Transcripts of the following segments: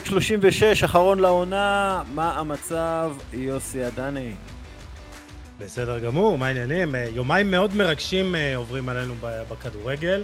36, אחרון לעונה, מה המצב, יוסי עדני? בסדר גמור, מה העניינים? יומיים מאוד מרגשים עוברים עלינו בכדורגל.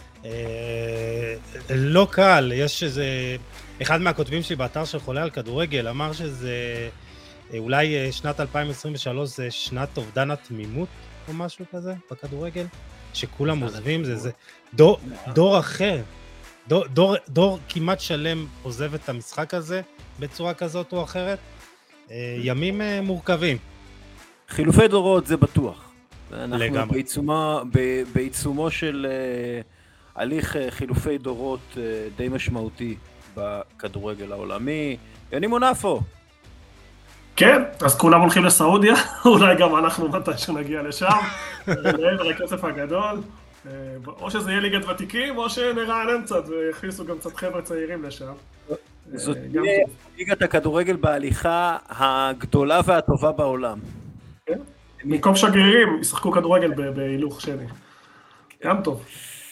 לא קל, יש איזה... אחד מהכותבים שלי באתר של חולה על כדורגל אמר שזה אולי שנת 2023 זה שנת אובדן התמימות או משהו כזה בכדורגל, שכולם עוזבים, זה דור אחר, דור כמעט שלם עוזב את המשחק הזה בצורה כזאת או אחרת. ימים מורכבים. חילופי דורות זה בטוח. לגמרי. אנחנו בעיצומו של הליך חילופי דורות די משמעותי בכדורגל העולמי. יוני מונפו. כן, אז כולם הולכים לסעודיה, אולי גם אנחנו מתי שנגיע לשם, לעבר הכסף הגדול, או שזה יהיה ליגת ותיקים, או שנרענן קצת ויכניסו גם קצת חבר'ה צעירים לשם. זאת ליגת הכדורגל בהליכה הגדולה והטובה בעולם. כן, במקום שגרירים ישחקו כדורגל בהילוך שני. גם טוב.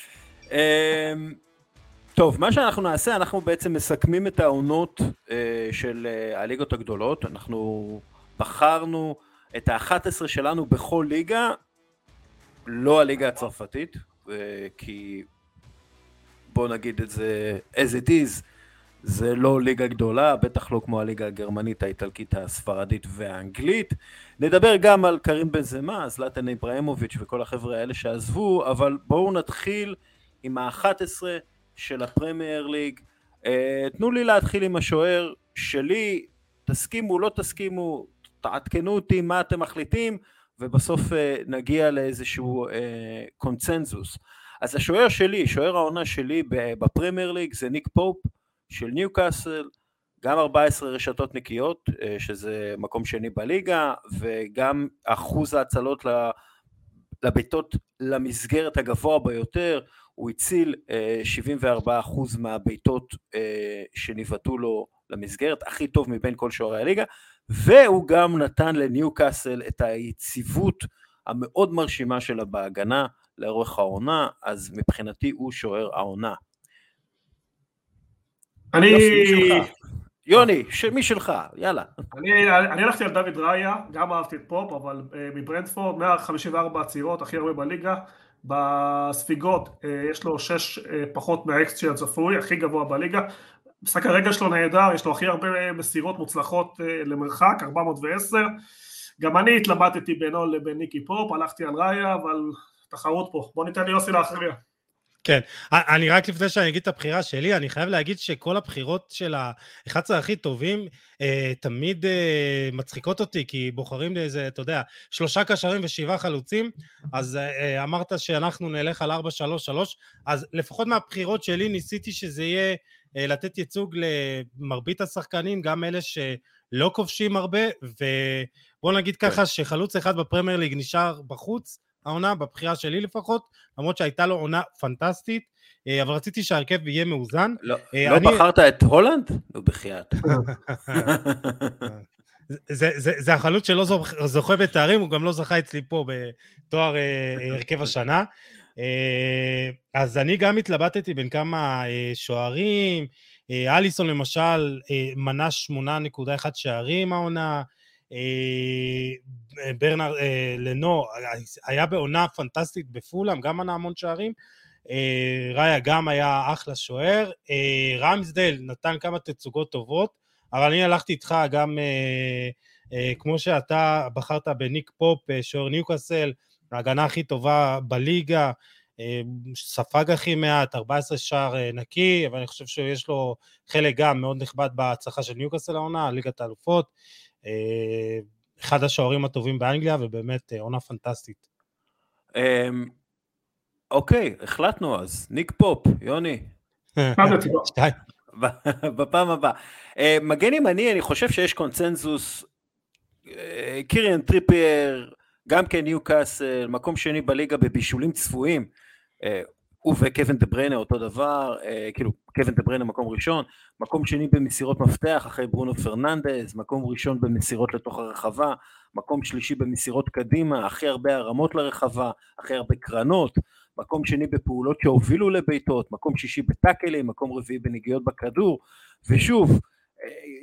טוב, מה שאנחנו נעשה, אנחנו בעצם מסכמים את העונות של הליגות הגדולות. אנחנו בחרנו את ה-11 שלנו בכל ליגה, לא הליגה הצרפתית, כי בוא נגיד את זה as it is, זה לא ליגה גדולה, בטח לא כמו הליגה הגרמנית, האיטלקית, הספרדית והאנגלית. נדבר גם על קרים בנזמה, זלאטן איברהימוביץ' וכל החבר'ה האלה שעזבו, אבל בואו נתחיל עם ה-11 של הפרמייר ליג. תנו לי להתחיל עם השוער שלי, תסכימו, לא תסכימו, תעדכנו אותי מה אתם מחליטים, ובסוף נגיע לאיזשהו קונצנזוס. אז השוער שלי, שוער העונה שלי בפרמייר ליג זה ניק פופ של ניוקאסל, גם 14 רשתות נקיות, שזה מקום שני בליגה, וגם אחוז ההצלות לביתות למסגרת הגבוה ביותר, הוא הציל 74% מהביתות שניבטו לו למסגרת, הכי טוב מבין כל שוערי הליגה, והוא גם נתן לניוקאסל את היציבות המאוד מרשימה שלה בהגנה לאורך העונה, אז מבחינתי הוא שוער העונה. יוני, מי שלך? יאללה. אני הלכתי על דוד ראיה, גם אהבתי את פופ, אבל מברנטפורד, 154 עצירות, הכי הרבה בליגה, בספיגות יש לו 6 פחות מהאקס הצפוי, הכי גבוה בליגה, משחק הרגע שלו נהדר, יש לו הכי הרבה מסירות מוצלחות למרחק, 410, גם אני התלבטתי בינו לבין ניקי פופ, הלכתי על ראיה, אבל תחרות פה, בוא ניתן לי יוסי להכריע. כן, אני רק לפני שאני אגיד את הבחירה שלי, אני חייב להגיד שכל הבחירות של ה-11 הכי טובים תמיד מצחיקות אותי, כי בוחרים לאיזה, אתה יודע, 3 קשרים ו7 חלוצים, אז אמרת שאנחנו נלך על 4-3-3, אז לפחות מהבחירות שלי ניסיתי שזה יהיה לתת ייצוג למרבית השחקנים, גם אלה שלא כובשים הרבה, ובוא נגיד ככה שחלוץ אחד בפרמייר ליג נשאר בחוץ, העונה, בבחירה שלי לפחות, למרות שהייתה לו עונה פנטסטית, אבל רציתי שהרכב יהיה מאוזן. לא בחרת את הולנד? לא בחייאת. זה החלוץ שלא זוכה בתארים, הוא גם לא זכה אצלי פה בתואר הרכב השנה. אז אני גם התלבטתי בין כמה שוערים, אליסון למשל מנה 8.1 שערים העונה, ברנר לנו היה בעונה פנטסטית בפולאם, גם מנה המון שערים, ראיה גם היה אחלה שוער, רמסדל נתן כמה תצוגות טובות, אבל אני הלכתי איתך גם כמו שאתה בחרת בניק פופ, שוער ניוקאסל, ההגנה הכי טובה בליגה, ספג הכי מעט, 14 שער נקי, אבל אני חושב שיש לו חלק גם מאוד נכבד בהצלחה של ניוקאסל העונה, ליגת האלופות, אחד השוערים הטובים באנגליה, ובאמת עונה פנטסטית. אוקיי, החלטנו אז, ניק פופ, יוני. בפעם הבאה. מגן ימני, אני חושב שיש קונצנזוס, קיריאן טריפייר, גם כן ניוקאסל, מקום שני בליגה בבישולים צפויים, הוא וקווין דה בריינה אותו דבר, כאילו קווין דה בריינה מקום ראשון, מקום שני במסירות מפתח אחרי ברונו פרננדז, מקום ראשון במסירות לתוך הרחבה, מקום שלישי במסירות קדימה, הכי הרבה הרמות לרחבה, הכי הרבה קרנות, מקום שני בפעולות שהובילו לביתות, מקום שישי בטאקלים, מקום רביעי בנגיעות בכדור, ושוב,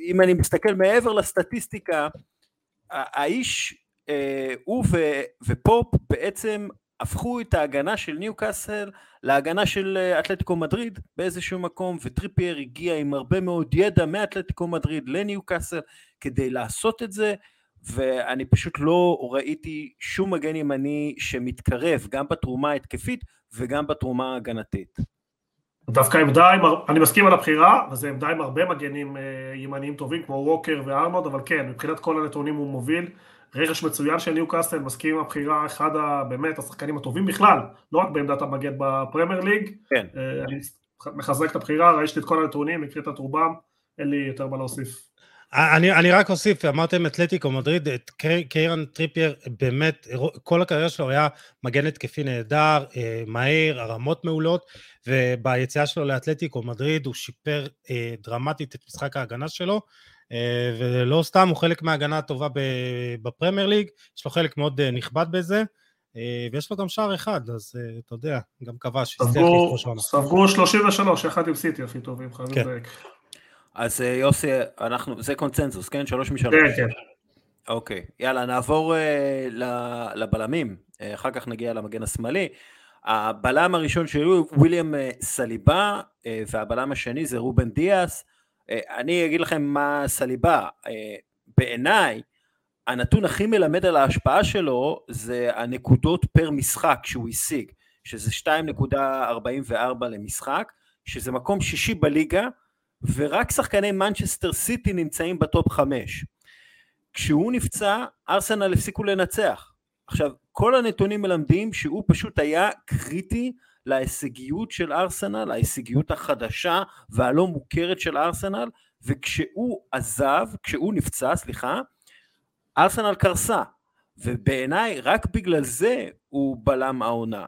אם אני מסתכל מעבר לסטטיסטיקה, האיש, הוא ופופ בעצם הפכו את ההגנה של ניוקאסל להגנה של אתלטיקו מדריד באיזשהו מקום, וטריפייר הגיע עם הרבה מאוד ידע מאתלטיקו מדריד לניוקאסל כדי לעשות את זה, ואני פשוט לא ראיתי שום מגן ימני שמתקרב גם בתרומה התקפית וגם בתרומה הגנתית. דווקא עמדה, אני מסכים על הבחירה, וזה עמדה עם הרבה מגנים ימניים טובים, כמו ווקר וארנולד, אבל כן, מבחינת כל הנתונים הוא מוביל, רכש מצוין של ניוקאסל, מסכים עם הבחירה, אחד באמת השחקנים הטובים בכלל, לא רק בעמדת המגן בפרמייר ליג, כן. אני מחזק את הבחירה, ראיתי את כל הנתונים, הקראת את רובם, אין לי יותר מה להוסיף. אני רק אוסיף, אמרתם אתלטיקו מדריד, את קיירן טריפייר, באמת, כל הקריירה שלו היה מגן התקפי נהדר, מהיר, הרמות מעולות, וביציאה שלו לאתלטיקו מדריד הוא שיפר דרמטית את משחק ההגנה שלו, ולא סתם הוא חלק מההגנה הטובה בפרמייר ליג, יש לו חלק מאוד נכבד בזה, ויש לו גם שער אחד, אז אתה יודע, גם כבש. ספגו 33, יחד עם סיטי הכי טובים, חייבים לדייק. אז יוסי, זה קונצנזוס, כן? 3 מ-3. כן. אוקיי, יאללה, נעבור לבלמים, אחר כך נגיע למגן השמאלי. הבלם הראשון שהוא וויליאם סליבה, והבלם השני זה רובן דיאס. אני אגיד לכם מה סליבה, בעיניי, הנתון הכי מלמד על ההשפעה שלו, זה הנקודות פר משחק שהוא השיג, שזה 2.44 למשחק, שזה מקום 6 בליגה, ורק שחקני מנצ'סטר סיטי נמצאים בטופ 5. כשהוא נפצע, ארסנל הפסיקו לנצח. עכשיו, כל הנתונים מלמדים שהוא פשוט היה קריטי להישגיות של ארסנל, ההישגיות החדשה והלא מוכרת של ארסנל, וכשהוא כשהוא נפצע, ארסנל קרסה, ובעיניי רק בגלל זה הוא בלם העונה.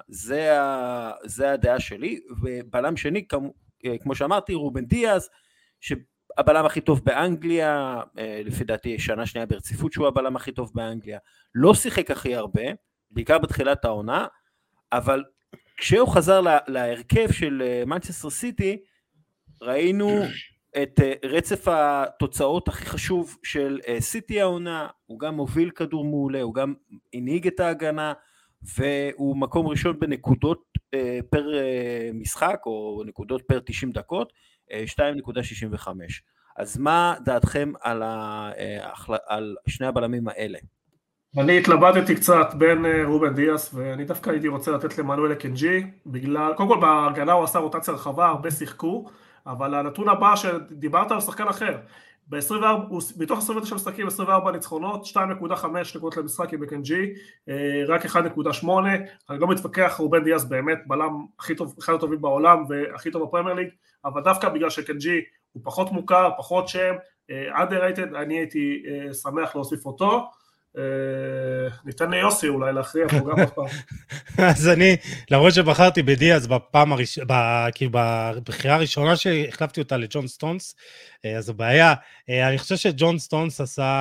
זה הדעה שלי, ובלם שני, כמו שאמרתי, רובן דיאז, שהבלם הכי טוב באנגליה, לפי דעתי שנה שנייה ברציפות שהוא הבלם הכי טוב באנגליה, לא שיחק הכי הרבה, בעיקר בתחילת העונה, אבל כשהוא חזר להרכב של מנצ'סטר סיטי, ראינו את רצף התוצאות הכי חשוב של סיטי העונה, הוא גם מוביל כדור מעולה, הוא גם הנהיג את ההגנה, והוא מקום ראשון בנקודות פר משחק, או נקודות פר 90 דקות, 2.65. אז מה דעתכם על שני הבלמים האלה? אני התלבטתי קצת בין רובן דיאס, ואני דווקא הייתי רוצה לתת למנואל אקנג'י, בגלל, קודם כל בהגנה הוא עשה רוטציה רחבה, הרבה שיחקו, אבל הנתון הבא שדיברת על שחקן אחר, בתוך 29 משחקים, 24 ניצחונות, 2.5 נקודות למשחק עם אקנג'י, רק 1.8, אני לא מתווכח, רובן דיאס באמת בלם הכי טוב, אחד הטובים בעולם, והכי טוב בפרמייר ליג, אבל דווקא בגלל שאקנג'י הוא פחות מוכר, פחות שם, underrated, אני הייתי שמח להוסיף אותו, ניתן ליוסי אולי להכריע פה גם עוד פעם. אז אני, למרות שבחרתי בדיאז בבחירה הראשונה שהחלפתי אותה לג'ון סטונס, אז הבעיה, אני חושב שג'ון סטונס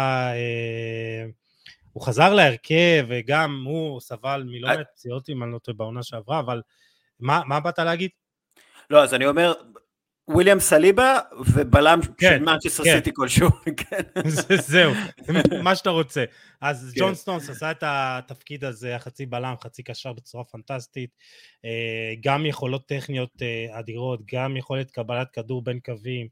הוא חזר להרכב, וגם הוא סבל מלא מעט פציעות אם אני לא טועה בעונה שעברה, אבל מה באת להגיד? לא, אז אני אומר, וויליאם סליבה ובלם של מנצ'סטר סיטי כלשהו. זהו, מה שאתה רוצה. אז ג'ון סטונס עשה את התפקיד הזה, חצי בלם, חצי קשר בצורה פנטסטית, גם יכולות טכניות אדירות, גם יכולת קבלת כדור בין קווים,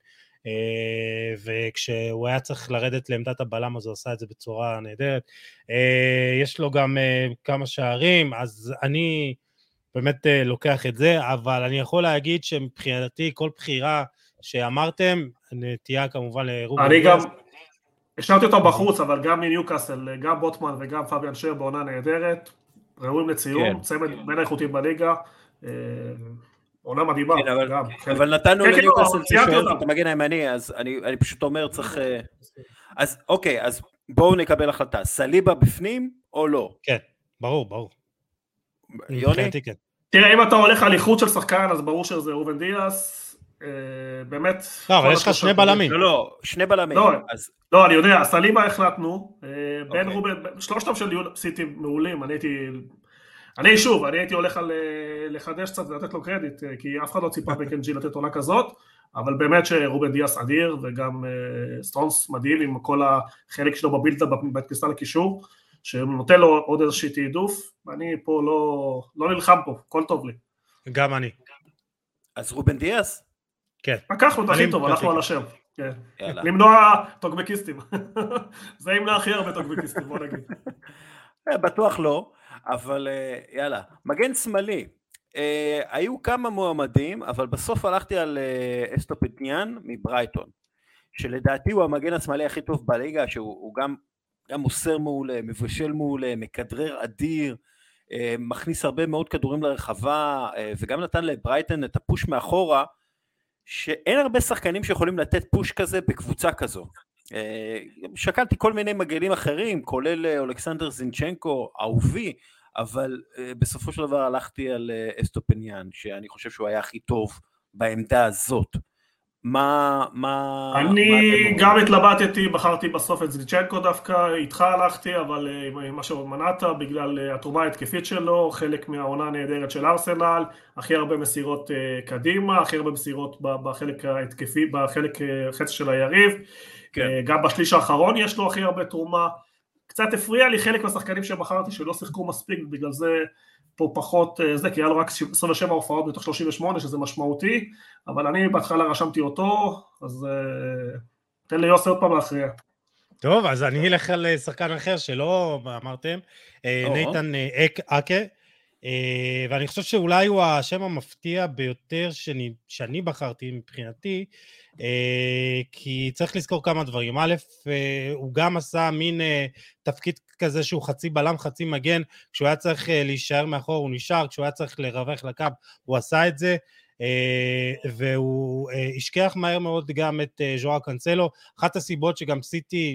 וכשהוא היה צריך לרדת לעמדת הבלם, אז הוא עשה את זה בצורה נהדרת. יש לו גם כמה שערים, אז אני באמת לוקח את זה, אבל אני יכול להגיד שמבחינתי כל בחירה שאמרתם, נטייה כמובן לרובן דיאס. אני גם השארתי אותו בחוץ, אבל גם מניוקאסל, גם בוטמן וגם פאביאן שר בעונה נהדרת, ראויים לציון, צמד בין האיכותיים בליגה, עונה מדהימה. אבל נתנו לניוקאסל שואל את המגן הימני, אז אני פשוט אומר צריך... אז אוקיי, אז בואו נקבל החלטה, סליבה בפנים או לא? כן, ברור. יוני? תראה, אם אתה הולך על איכות של שחקן, אז ברור שזה רובן דיאס, באמת... לא, אבל יש לך שני בלמים. לא, שני בלמים. לא, אני יודע, סליבה החלטנו, בין רובן, שלושתם של סיטי מעולים, אני הייתי הולך לחדש קצת ולתת לו קרדיט, כי אף אחד לא ציפה בקנג'י לתת עונה כזאת, אבל באמת שרובן דיאס אדיר, וגם סטונס מדהים עם כל החלק שלו בבילדה בכניסה לקישור, שנותן לו עוד איזושהי תעדוף, ואני פה לא נלחם פה, הכל טוב לי. גם אני. אז רובן דיאס? כן. לקחנו את הכי טוב, הלכנו על השם. למנוע טוקבקיסטים. זה ימנע הכי הרבה טוקבקיסטים, בוא נגיד. בטוח לא, אבל יאללה. מגן שמאלי. היו כמה מועמדים, אבל בסוף הלכתי על אסטופניאן מברייטון, שלדעתי הוא המגן השמאלי הכי טוב בליגה, שהוא גם מוסר מעולה, מבשל מעולה, מכדרר אדיר, מכניס הרבה מאוד כדורים לרחבה, וגם נתן לברייטון את הפוש מאחורה, שאין הרבה שחקנים שיכולים לתת פוש כזה בקבוצה כזו. שקלתי כל מיני מגנים אחרים, כולל אולכסנדר זינצ'נקו, אהובי, אבל בסופו של דבר הלכתי על אסטופניאן, שאני חושב שהוא היה הכי טוב בעמדה הזאת. אני גם התלבטתי, בחרתי בסוף את זינצ'נקו דווקא, איתך הלכתי, אבל עם מה שמנעת, בגלל התרומה ההתקפית שלו, חלק מהעונה הנהדרת של ארסנל, הכי הרבה מסירות קדימה, הכי הרבה מסירות בחלק ההתקפי, בחלק חצי של היריב, גם בשליש האחרון יש לו הכי הרבה תרומה, קצת הפריע לי חלק מהשחקנים שבחרתי שלא שיחקו מספיק, בגלל זה פה פחות זה, כי היה לו רק 27 הופעות בתוך 38, שזה משמעותי, אבל אני בהתחלה רשמתי אותו, אז תן לי יוסי עוד פעם להכריע. טוב, אז אני אלך על שחקן אחר שלא אמרתם, נייתן אקה, ואני חושב שאולי הוא השם המפתיע ביותר שאני בחרתי מבחינתי, כי צריך לזכור כמה דברים. א', הוא גם עשה מין תפקיד כזה שהוא חצי בלם, חצי מגן, כשהוא היה צריך להישאר מאחור הוא נשאר, כשהוא היה צריך לרווח לקו הוא עשה את זה, והוא השכח מהר מאוד גם את ז'ואאו קנסלו. אחת הסיבות שגם סיטי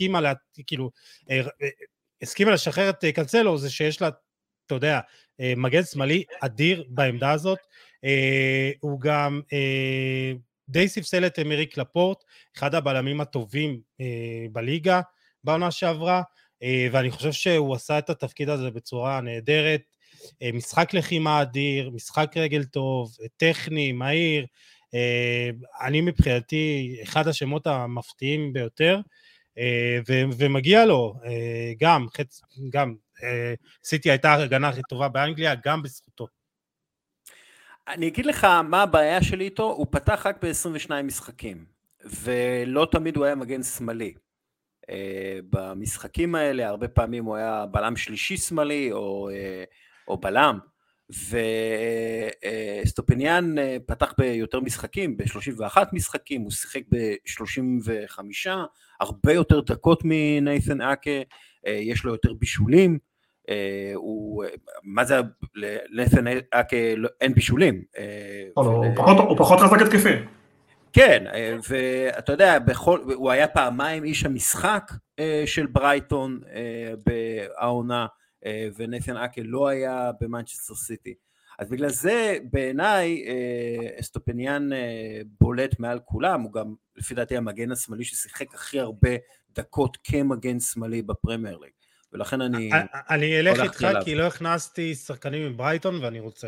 הסכימה לשחרר את קנסלו זה שיש לה, אתה יודע, מגן שמאלי אדיר בעמדה הזאת, הוא גם די ספסל את אמריק לפורט, אחד הבלמים הטובים בליגה בעונה שעברה, ואני חושב שהוא עשה את התפקיד הזה בצורה נהדרת, משחק לחימה אדיר, משחק רגל טוב, טכני, מהיר, אני מבחינתי אחד השמות המפתיעים ביותר, ומגיע לו, גם סיטי הייתה הגנה הכי טובה באנגליה, גם בזכותו. אני אגיד לך מה הבעיה שלי איתו, הוא פתח רק ב-22 משחקים, ולא תמיד הוא היה מגן שמאלי. במשחקים האלה, הרבה פעמים הוא היה בלם שלישי שמאלי, או בלם, וסטופניאן פתח ביותר משחקים, ב-31 משחקים, הוא שיחק ב-35, הרבה יותר דקות מנייתן אקה, יש לו יותר בישולים, מה זה, לנייתן אקה אין בישולים. הוא פחות חזק התקפי. כן, ואתה יודע, הוא היה פעמיים איש המשחק של ברייטון בעונה, ונייתן אקה לא היה במנצ'סטר סיטי. אז בגלל זה בעיניי אסטופניאן בולט מעל כולם, הוא גם לפי דעתי המגן השמאלי ששיחק הכי הרבה דקות כמגן שמאלי בפרמייר ליג, ולכן אני אלך איתך כי לא הכנסתי שחקנים מברייטון ואני רוצה.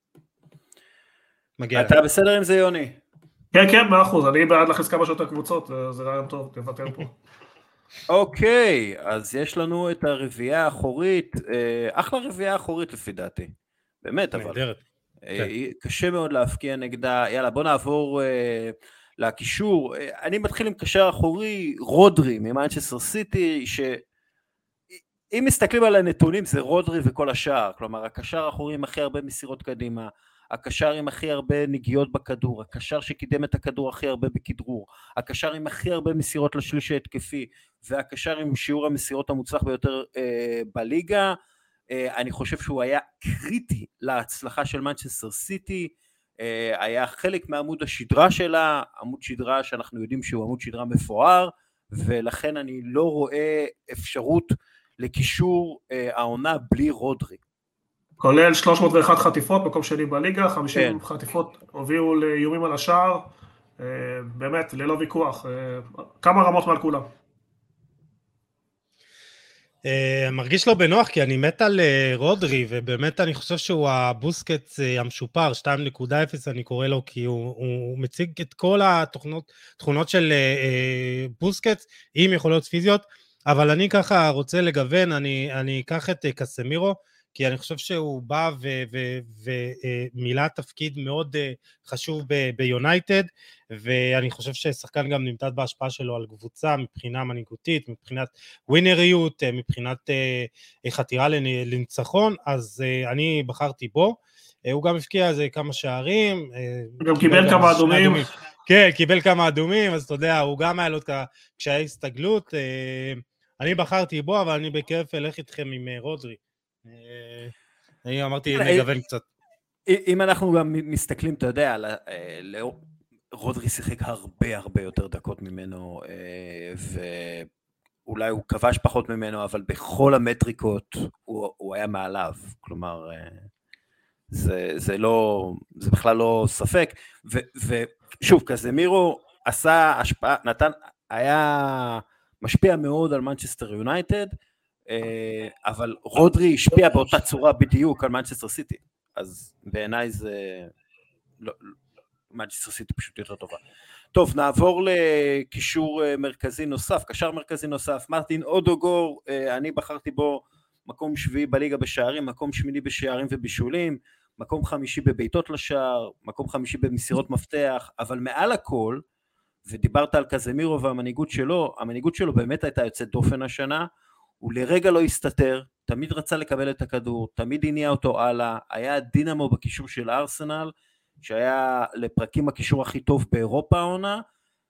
אתה בסדר עם זה יוני? כן, 100%, אני בעד להכניס כמה שיותר קבוצות, זה רעיון טוב, תוותר פה. אוקיי, אז יש לנו את הרביעייה האחורית, אחלה רביעייה האחורית לפי דעתי, באמת, אבל קשה מאוד להפקיע נגדה. יאללה, בוא נעבור לקישור. אני מתחיל עם קשר אחורי, רודרי ממנצ'סטר סיטי, שאם מסתכלים על הנתונים זה רודרי וכל השאר, כלומר הקשר האחורי עם הכי הרבה מסירות קדימה, הקשר עם הכי הרבה נגיעות בכדור, הקשר שקידם את הכדור הכי הרבה בכדרור, הקשר עם הכי הרבה מסירות לשליש ההתקפי, והקשר עם שיעור המסירות המוצלח ביותר בליגה. אני חושב שהוא היה קריטי להצלחה של מנצ'סטר סיטי, היה חלק מעמוד השדרה שלה, עמוד שדרה שאנחנו יודעים שהוא עמוד שדרה מפואר, ולכן אני לא רואה אפשרות לקישור העונה בלי רודרי. כולל 301 חטיפות, מקום שני בליגה, 50 חטיפות הובילו לאיומים על השער, באמת, ללא ויכוח, כמה רמות מעל כולם. מרגיש לו בנוח, כי אני מת על רודרי, ובאמת אני חושב שהוא הבוסקט המשופר, 2.0 אני קורא לו, כי הוא מציג את כל התכונות של בוסקט, עם יכולות פיזיות, אבל אני ככה רוצה לגוון, אני אקח את קסמירו, כי אני חושב שהוא בא ומילא תפקיד מאוד חשוב ביונייטד, ואני חושב ששחקן גם נמדד בהשפעה שלו על קבוצה, מבחינה מנהיגותית, מבחינת ווינריות, מבחינת חתירה לניצחון, אז אני בחרתי בו, הוא גם הפקיע איזה כמה שערים, גם קיבל כמה אדומים. כן, קיבל כמה אדומים, אז אתה יודע, הוא גם היה לו כשהיה הסתגלות, אני בחרתי בו, אבל אני בכיף אלך איתכם עם רודרי. אני אמרתי נגוון קצת. אם אנחנו גם מסתכלים, אתה יודע, רודרי שיחק הרבה יותר דקות ממנו, ואולי הוא כבש פחות ממנו, אבל בכל המטריקות הוא היה מעליו, כלומר, זה בכלל לא ספק, ושוב, קזמירו עשה השפעה, היה משפיע מאוד על מנצ'סטר יונייטד, אבל רודרי השפיע באותה צורה בדיוק על מנצ'סטר סיטי, אז בעיניי זה, מנצ'סטר סיטי פשוט יותר טובה. טוב, נעבור לקישור מרכזי נוסף, קשר מרכזי נוסף, מרטין אודוגור, אני בחרתי בו מקום 7 בליגה בשערים, מקום 8 בשערים ובישולים, מקום 5 בביתות לשער, מקום 5 במסירות מפתח, אבל מעל הכל, ודיברת על קזמירו והמנהיגות שלו, המנהיגות שלו באמת הייתה יוצאת דופן השנה, הוא לרגע לא הסתתר, תמיד רצה לקבל את הכדור, תמיד הניע אותו הלאה, היה דינמו בקישור של ארסנל, שהיה לפרקים הקישור הכי טוב באירופה העונה,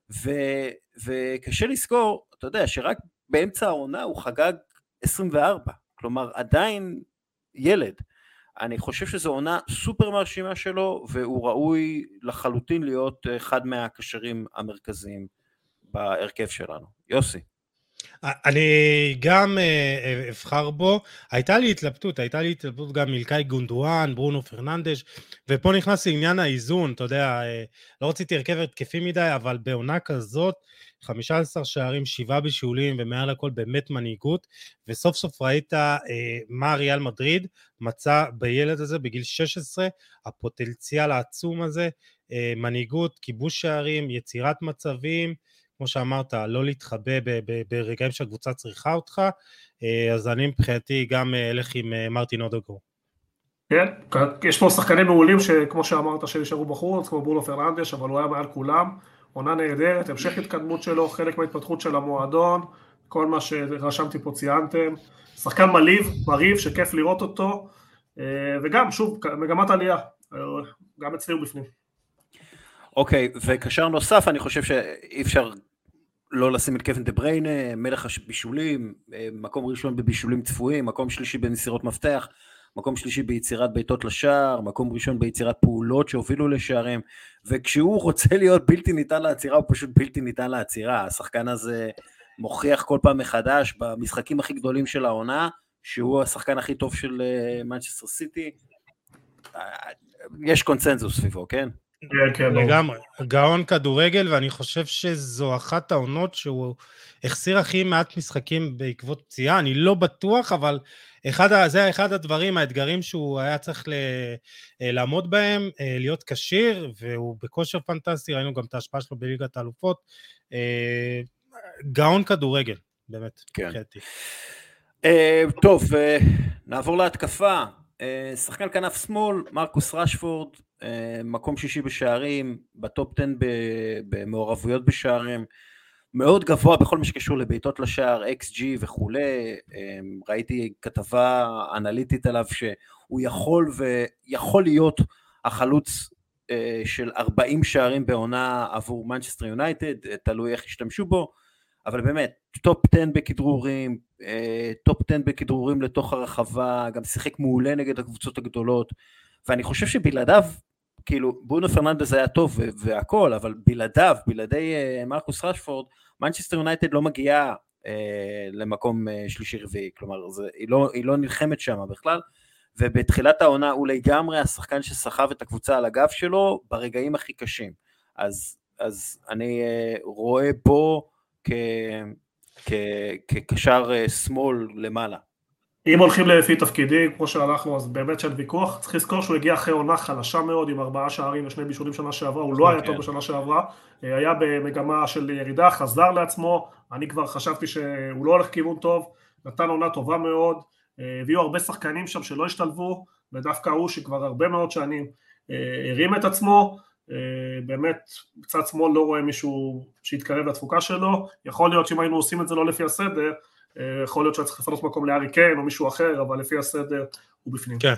וקשה לזכור, אתה יודע, שרק באמצע העונה הוא חגג 24, כלומר עדיין ילד. אני חושב שזו עונה סופר מרשימה שלו, והוא ראוי לחלוטין להיות אחד מהקשרים המרכזיים בהרכב שלנו. יוסי. אני גם אבחר בו, הייתה לי התלבטות גם מילקאי גונדואן, ברונו פרננדש, ופה נכנס לעניין האיזון, אתה יודע, לא רציתי הרכב התקפי מדי, אבל בעונה כזאת, 15 שערים, 7 בישולים, ומעל הכל באמת מנהיגות, וסוף סוף ראית מה ריאל מדריד מצא בילד הזה בגיל 16, הפוטנציאל העצום הזה, מנהיגות, כיבוש שערים, יצירת מצבים, כמו שאמרת, לא להתחבא ברגעים שהקבוצה צריכה אותך, אז אני מבחינתי גם אלך עם מרטין אודוגור. כן, יש פה שחקנים מעולים שכמו שאמרת שנשארו בחוץ, כמו ברונו פרננדש, אבל הוא היה מעל כולם, עונה נהדרת, המשך התקדמות שלו, חלק מההתפתחות של המועדון, כל מה שרשמתי פה ציינתם, שחקן מריב, שכיף לראות אותו, וגם, שוב, מגמת עלייה, גם אצלי ובפנים. אוקיי, וקשר נוסף, אני חושב שאי אפשר לא לשים את קווין דה בריינה, מלך הבישולים, מקום ראשון בבישולים צפויים, מקום שלישי במסירות מפתח, מקום שלישי ביצירת ביתות לשער, מקום ראשון ביצירת פעולות שהובילו לשערים, וכשהוא רוצה להיות בלתי ניתן לעצירה, הוא פשוט בלתי ניתן לעצירה. השחקן הזה מוכיח כל פעם מחדש במשחקים הכי גדולים של העונה, שהוא השחקן הכי טוב של מנצ'סטר סיטי. יש קונצנזוס סביבו, כן? לגמרי, גאון כדורגל, ואני חושב שזו אחת העונות שהוא החסיר הכי מעט משחקים בעקבות פציעה, אני לא בטוח, אבל זה אחד הדברים, האתגרים שהוא היה צריך לעמוד בהם, להיות קשיר, והוא בכושר פנטסטי, ראינו גם את ההשפעה שלו בליגת האלופות, גאון כדורגל, באמת. כן. טוב, נעבור להתקפה, שחקן כנף שמאל, מרקוס רשפורד, מקום 6 בשערים, בטופ 10 במעורבויות בשערים, מאוד גבוה בכל מה שקשור לביתות לשער, XG וכו'. ראיתי כתבה אנליטית עליו שהוא יכול להיות החלוץ של 40 שערים בעונה עבור מנצ'סטר יונייטד, תלוי איך ישתמשו בו, אבל באמת, טופ 10 בכדרורים, טופ 10 בכדרורים לתוך הרחבה, גם שיחק מעולה נגד הקבוצות הגדולות, ואני חושב שבלעדיו, כאילו, ברונו פרננדס היה טוב והכל, אבל בלעדי מרקוס רשפורד, מנצ'סטר יונייטד לא מגיעה למקום שלישי רביעי, כלומר, היא לא נלחמת שם בכלל, ובתחילת העונה הוא לגמרי השחקן שסחב את הקבוצה על הגב שלו, ברגעים הכי קשים, אז אני רואה בו כקשר שמאל למעלה. אם הולכים לפי תפקידים, כמו שהלכנו, אז באמת של ויכוח, צריך לזכור שהוא הגיע אחרי עונה חלשה מאוד, עם 4 שערים ו2 בישולים שנה שעברה, הוא לא היה טוב בשנה שעברה, היה במגמה של ירידה, חזר לעצמו, אני כבר חשבתי שהוא לא הולך כיוון טוב, נתן עונה טובה מאוד, הביאו הרבה שחקנים שם שלא השתלבו, ודווקא הוא שכבר הרבה מאוד שנים הרים את עצמו, באמת בצד שמאל לא רואה מישהו שיתקרב לתפוקה שלו, יכול להיות שאם היינו עושים את זה לא לפי הסדר, יכול להיות שצריך לפנות מקום לארי קיין או מישהו אחר, אבל לפי הסדר הוא בפנים. כן.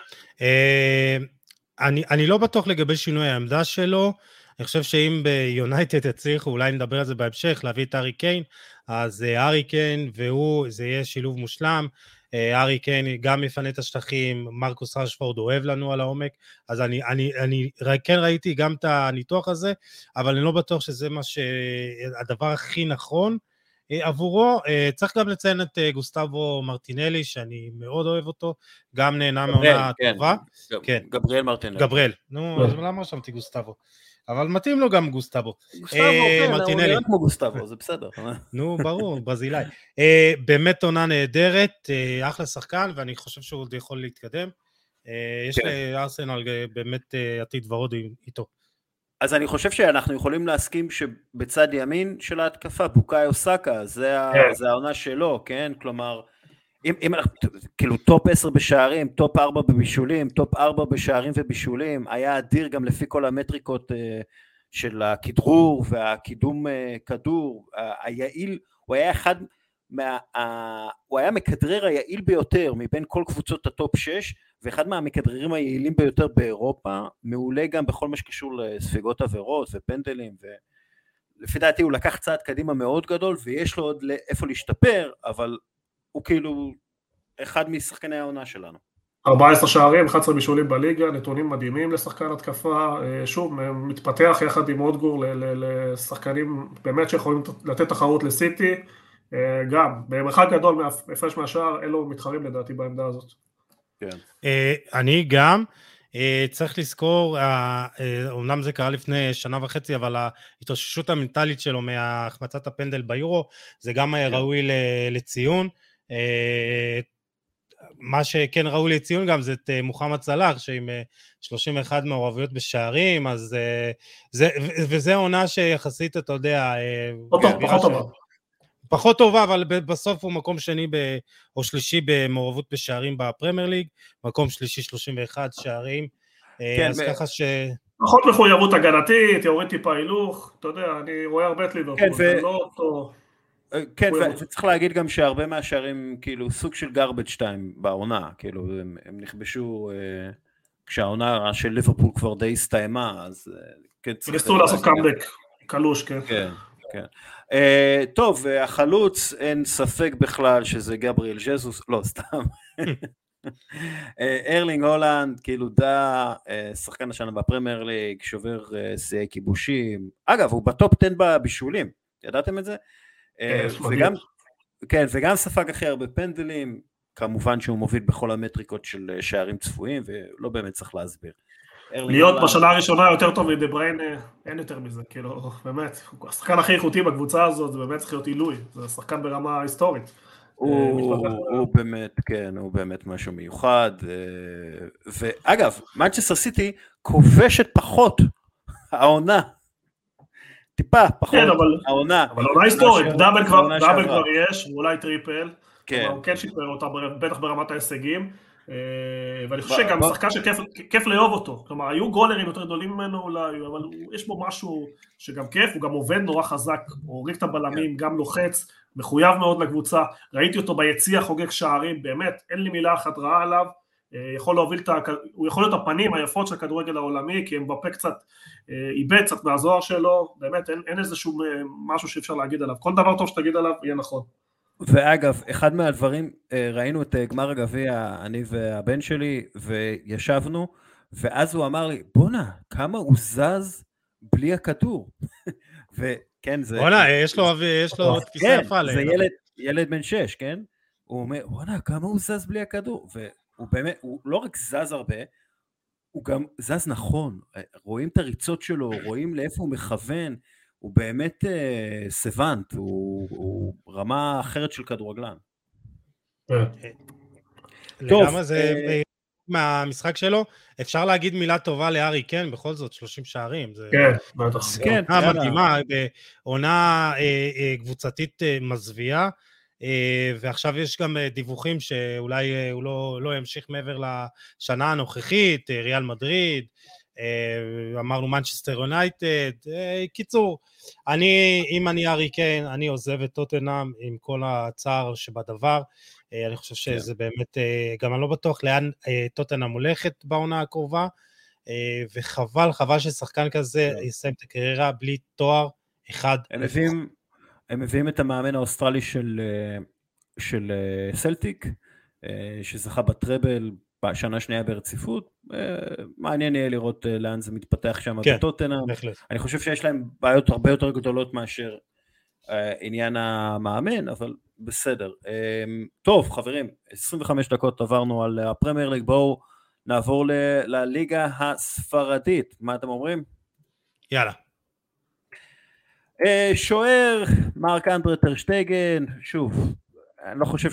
אני לא בטוח לגבי שינוי העמדה שלו, אני חושב שאם ביונייטד יצליחו, אולי נדבר על זה בהמשך, להביא את ארי קיין, אז ארי קיין והוא, זה יהיה שילוב מושלם, ארי קיין גם יפנה את השטחים, מרקוס רשפורד אוהב לנו על העומק, אז אני כן ראיתי גם את הניתוח הזה, אבל אני לא בטוח שזה הדבר הכי נכון עבורו. צריך גם לציין את גוסטבו מרטינלי, שאני מאוד אוהב אותו, גם נהנה מעונה טובה. גבריאל מרטינלי. גבריאל, נו, למה רשמתי גוסטבו? אבל מתאים לו גם גוסטבו. גוסטבו, כן, הוא נראה כמו גוסטבו, זה בסדר. נו, ברור, ברזילאי. באמת עונה נהדרת, אחלה שחקן, ואני חושב שהוא עוד יכול להתקדם. יש לארסנל באמת עתיד ורוד איתו. אז אני חושב שאנחנו יכולים להסכים שבצד ימין של ההתקפה, בוקאיו סאקה, זה העונה שלו, כן? כלומר, אם אנחנו, כאילו טופ 10 בשערים, טופ 4 בבישולים, טופ 4 בשערים ובישולים, היה אדיר גם לפי כל המטריקות של הכדרור והקידום כדור, היעיל, הוא היה הוא היה מכדרר היעיל ביותר מבין כל קבוצות הטופ 6, ואחד מהמכדררים היעילים ביותר באירופה, מעולה גם בכל מה שקשור לספיגות עבירות ופנדלים, ולפי דעתי הוא לקח צעד קדימה מאוד גדול, ויש לו עוד איפה להשתפר, אבל הוא כאילו אחד משחקני העונה שלנו. 14 שערים, 11 בישולים בליגה, נתונים מדהימים לשחקן התקפה, שוב, מתפתח יחד עם אודגור לשחקנים באמת שיכולים לתת תחרות לסיטי, גם, במרחק גדול מהפרש מהשער, אלו מתחרים לדעתי בעמדה הזאת. אני גם, צריך לזכור, אומנם זה קרה לפני 1.5 שנה, אבל ההתאוששות המנטלית שלו מהחמצת הפנדל ביורו, זה גם ראוי לציון. מה שכן ראוי לציון גם זה את מוחמד סלאח, שעם 31 מעורבויות בשערים, אז וזה עונה שיחסית, אתה יודע, פחות טובה, אבל בסוף הוא מקום שני או שלישי במעורבות בשערים בפרמייר ליג, מקום שלישי 31 שערים, אז ככה פחות מחויבות הגנתית, יוריד טיפה הילוך, אתה יודע, אני רואה הרבה את ליברפול, זה לא אותו... כן, וצריך להגיד גם שהרבה מהשערים, כאילו, סוג של garbage time בעונה, כאילו, הם נכבשו, כשהעונה של ליברפול כבר די הסתיימה, אז... ניסו לעשות קאמבק, קלוש, כן. כן, כן. טוב, החלוץ, אין ספק בכלל שזה גבריאל ז'זוס, לא, סתם. ארלינג הולנד, כאילו שחקן השנה בפרמייר ליג, שובר שיאי כיבושים, אגב, הוא בטופ 10 בבישולים, ידעתם את זה? וגם ספג הכי הרבה פנדלים, כמובן שהוא מוביל בכל המטריקות של שערים צפויים, ולא באמת צריך להסביר. להיות בשנה הראשונה יותר טוב מדי בריין, אין יותר מזה, כאילו, באמת, השחקן הכי איכותי בקבוצה הזאת, זה באמת צריך להיות עילוי, זה שחקן ברמה היסטורית. הוא באמת, כן, הוא באמת משהו מיוחד, ואגב, מנצ'סטר סיטי כובשת פחות העונה, טיפה פחות העונה. אבל עונה היסטורית, דאבל כבר יש, ואולי טריפל, הוא כן שיפר אותה, בטח ברמת ההישגים, ואני חושב שגם שחקן שכיף לאהוב אותו, כלומר היו גולרים יותר גדולים ממנו אולי, אבל יש בו משהו שגם כיף, הוא גם עובד נורא חזק, הוא הוריד את הבלמים, גם לוחץ, מחויב מאוד לקבוצה, ראיתי אותו ביציע חוגג שערים, באמת, אין לי מילה אחת רעה עליו, הוא יכול להיות הפנים היפות של הכדורגל העולמי, כי אמבפה קצת איבד קצת מהזוהר שלו, באמת אין איזשהו משהו שאפשר להגיד עליו, כל דבר טוב שתגיד עליו יהיה נכון. ואגב, אחד מהדברים, ראינו את גמר הגביע, אני והבן שלי, וישבנו, ואז הוא אמר לי, בונה, כמה הוא זז בלי הכדור. וכן, זה... בונה, יש לו תפיסה יפה. זה ילד בן 6, כן? הוא אומר, בונה, כמה הוא זז בלי הכדור. והוא באמת, הוא לא רק זז הרבה, הוא גם זז נכון. רואים את הריצות שלו, רואים לאיפה הוא מכוון, הוא באמת סוונט, הוא רמה אחרת של כדורגלן. לגמרי זה מהמשחק שלו, אפשר להגיד מילה טובה לארי קיין, בכל זאת 30 שערים. כן, בטח. כן, מדהימה, בעונה קבוצתית מזוויעה, ועכשיו יש גם דיווחים שאולי הוא לא ימשיך מעבר לשנה הנוכחית, ריאל מדריד, אמרנו מנצ'סטר יונייטד, קיצור, אם אני ארי קיין, אני עוזב את טוטנהאם עם כל הצער שבדבר, אני חושב שזה באמת, גם אני לא בטוח לאן טוטנהאם הולכת בעונה הקרובה, וחבל ששחקן כזה יסיים את הקריירה בלי תואר אחד. הם מביאים את המאמן האוסטרלי של סלטיק, שזכה בטראבל בשנה שנייה ברציפות, מעניין יהיה לראות לאן זה מתפתח שם בטוטנהאם. אני חושב שיש להם בעיות הרבה יותר גדולות מאשר עניין המאמן, אבל בסדר. טוב, חברים, 25 דקות עברנו על הפרמייר ליג, בואו נעבור לליגה הספרדית. מה אתם אומרים? יאללה. שוער, מרק אנדרה טר שטגן, שוב, אני לא חושב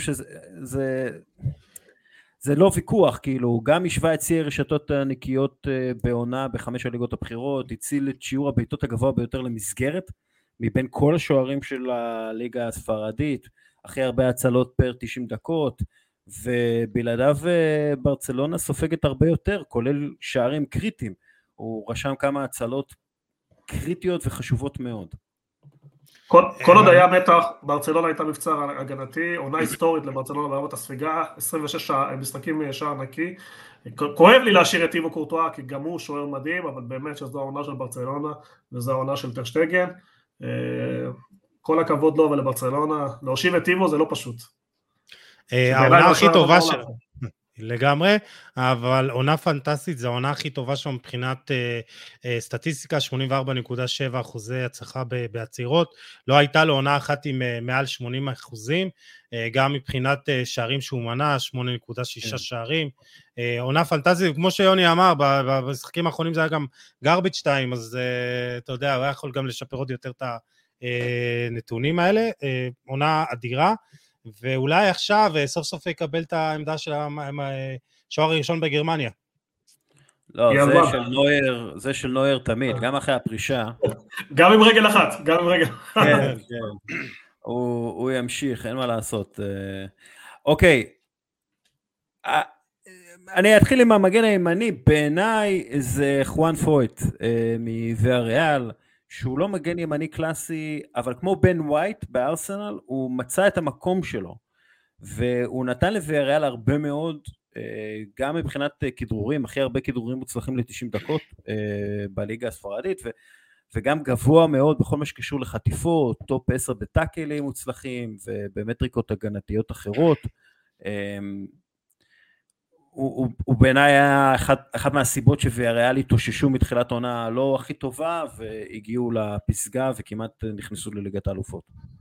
זה לא ויכוח, כאילו, גם השווה את שיא הרשתות הנקיות בעונה בחמש הליגות הבכירות, הציל את שיעור הבעיטות הגבוה ביותר למסגרת, מבין כל השוערים של הליגה הספרדית, הכי הרבה הצלות פר 90 דקות, ובלעדיו ברצלונה סופגת הרבה יותר, כולל שערים קריטיים, הוא רשם כמה הצלות קריטיות וחשובות מאוד. כל עוד היה מתח, ברצלונה הייתה מבצע הגנתי, עונה היסטורית לברצלונה ברמת הספיגה, 26 משחקים שער נקי, כואב לי להשאיר את טיבו קורטואה, כי גם הוא שוער מדהים, אבל באמת שזו העונה של ברצלונה, וזו העונה של טר שטגן, כל הכבוד לו ולברצלונה, להושיב את טיבו זה לא פשוט. העונה הכי טובה של... לגמרי, אבל עונה פנטסטית, זו העונה הכי טובה שם מבחינת סטטיסטיקה, 84.7% הצלחה בעצירות, לא הייתה לו עונה אחת עם מעל 80%, גם מבחינת שערים שהוא מנה, 8.6 שערים, עונה פנטסטית, כמו שיוני אמר, במשחקים האחרונים זה היה גם גרביץ' 2, אז אתה יודע, הוא היה יכול גם לשפר עוד יותר את הנתונים האלה, עונה אדירה, ואולי עכשיו סוף סוף יקבל את העמדה של השוער הראשון בגרמניה. לא, זה של נויר תמיד, גם אחרי הפרישה. גם עם רגל אחת, גם עם רגל אחת. כן, כן. הוא ימשיך, אין מה לעשות. אוקיי, אני אתחיל עם המגן הימני, בעיניי זה חואן פויט מוויאריאל, שהוא לא מגן ימני קלאסי, אבל כמו בן ווייט בארסנל, הוא מצא את המקום שלו, והוא נתן לוויאריאל הרבה מאוד, גם מבחינת כדרורים, הכי הרבה כדרורים מוצלחים ל-90 דקות בליגה הספרדית, וגם גבוה מאוד בכל מה שקשור לחטיפות, טופ 10 בטאקלים מוצלחים, ובמטריקות הגנתיות אחרות. הוא בעיניי היה אחת מהסיבות שוויאריאל התאוששו מתחילת עונה לא הכי טובה, והגיעו לפסגה וכמעט נכנסו לליגת האלופות.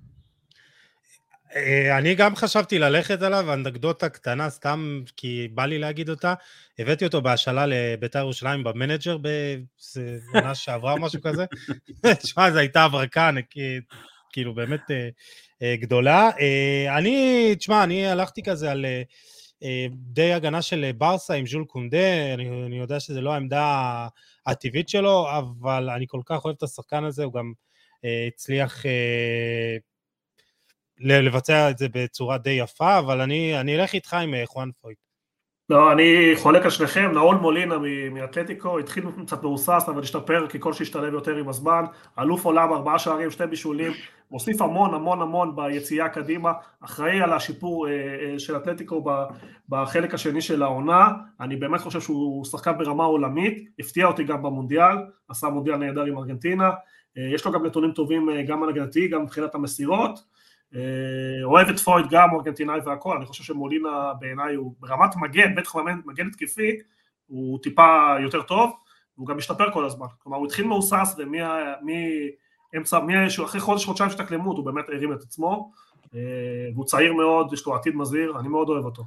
אני גם חשבתי ללכת עליו, אנקדוטה קטנה, סתם כי בא לי להגיד אותה, הבאתי אותו בהשאלה לבית"ר ירושלים במנג'ר, בעונה שעברה או משהו כזה, תשמע, זו הייתה הברקה, כאילו באמת גדולה. אני הלכתי כזה על... די הגנה של ברסה עם ז'ול קונדה, אני יודע שזה לא העמדה הטבעית שלו, אבל אני כל כך אוהב את השחקן הזה, הוא גם הצליח לבצע את זה בצורה די יפה, אבל אני אלך איתך עם חואן פויט. לא, אני חולק על שניכם, נאול מולינה מאתלטיקו, התחיל קצת מאוסס, אבל השתפר ככל שהשתלב יותר עם הזמן, אלוף עולם, 4 שערים, 2 בישולים, מוסיף המון ביציאה קדימה, אחראי על השיפור של אתלטיקו בחלק השני של העונה, אני באמת חושב שהוא שחקן ברמה עולמית, הפתיע אותי גם במונדיאל, עשה מונדיאל נהדר עם ארגנטינה, יש לו גם נתונים טובים גם על הגנתי, גם מבחינת המסירות, אוהב את פויט גם ארגנטינאי והכל, אני חושב שמולינה בעיניי הוא ברמת מגן, בטח מגן התקפי, הוא טיפה יותר טוב, והוא גם משתפר כל הזמן, כלומר הוא התחיל מאוסס אחרי חודשיים שתקלמות, הוא באמת הרים את עצמו, והוא צעיר מאוד, יש לו עתיד מזהיר, אני מאוד אוהב אותו.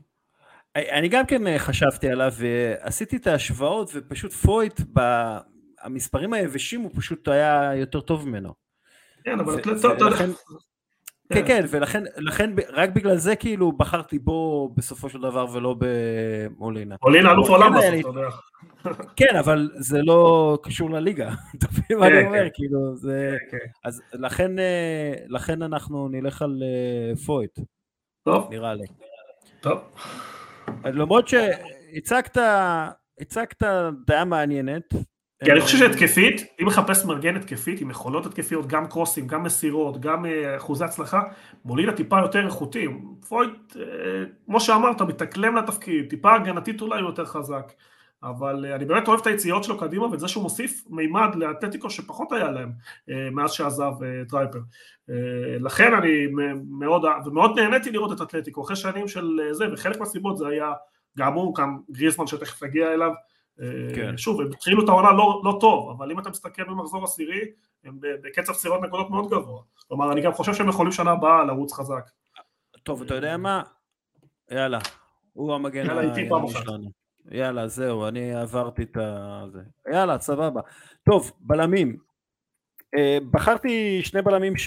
אני גם כן חשבתי עליו, ועשיתי את ההשוואות, ופשוט פויט המספרים היבשים הוא פשוט היה יותר טוב ממנו. כן, אבל כן, ולכן רק בגלל זה כאילו בחרתי בו בסופו של דבר ולא במולינה. מולינה אלוף עולם בסוף, אתה יודע. כן, אבל זה לא קשור לליגה, אתה מבין מה אני אומר, כאילו, זה... אז לכן אנחנו נלך על פויט, נראה לי. טוב. למרות שהצגת דעה מעניינת. כי אני חושב שהתקפית, אם מחפש מרגן התקפית, עם יכולות התקפיות, גם קרוסים, גם מסירות, גם אחוזי הצלחה, מולינה טיפה יותר איכותי. פויט, כמו שאמרת, מתאקלם לתפקיד, טיפה הגנתית אולי הוא יותר חזק. אבל אני באמת אוהב את היציאות שלו קדימה, ואת זה שהוא מוסיף מימד לאתלטיקו שפחות היה להם מאז שעזב טרייפר. לכן אני מאוד נהניתי לראות את אתלטיקו, אחרי שנים של זה, וחלק מהסיבות זה היה גם הוא, גם גריזמן שתכף הגיע אליו, שוב, הם התחילו את העונה לא טוב, אבל אם אתה מסתכל במחזור עשירי, הם בקצב סירות נקודות מאוד גבוה. כלומר, אני גם חושב שהם יכולים שנה הבאה לרוץ חזק. טוב, אתה יודע מה? יאללה, הוא המגן הימני שלנו. יאללה, זהו, אני עברתי את זה. יאללה, סבבה. טוב, בלמים. בחרתי שני בלמים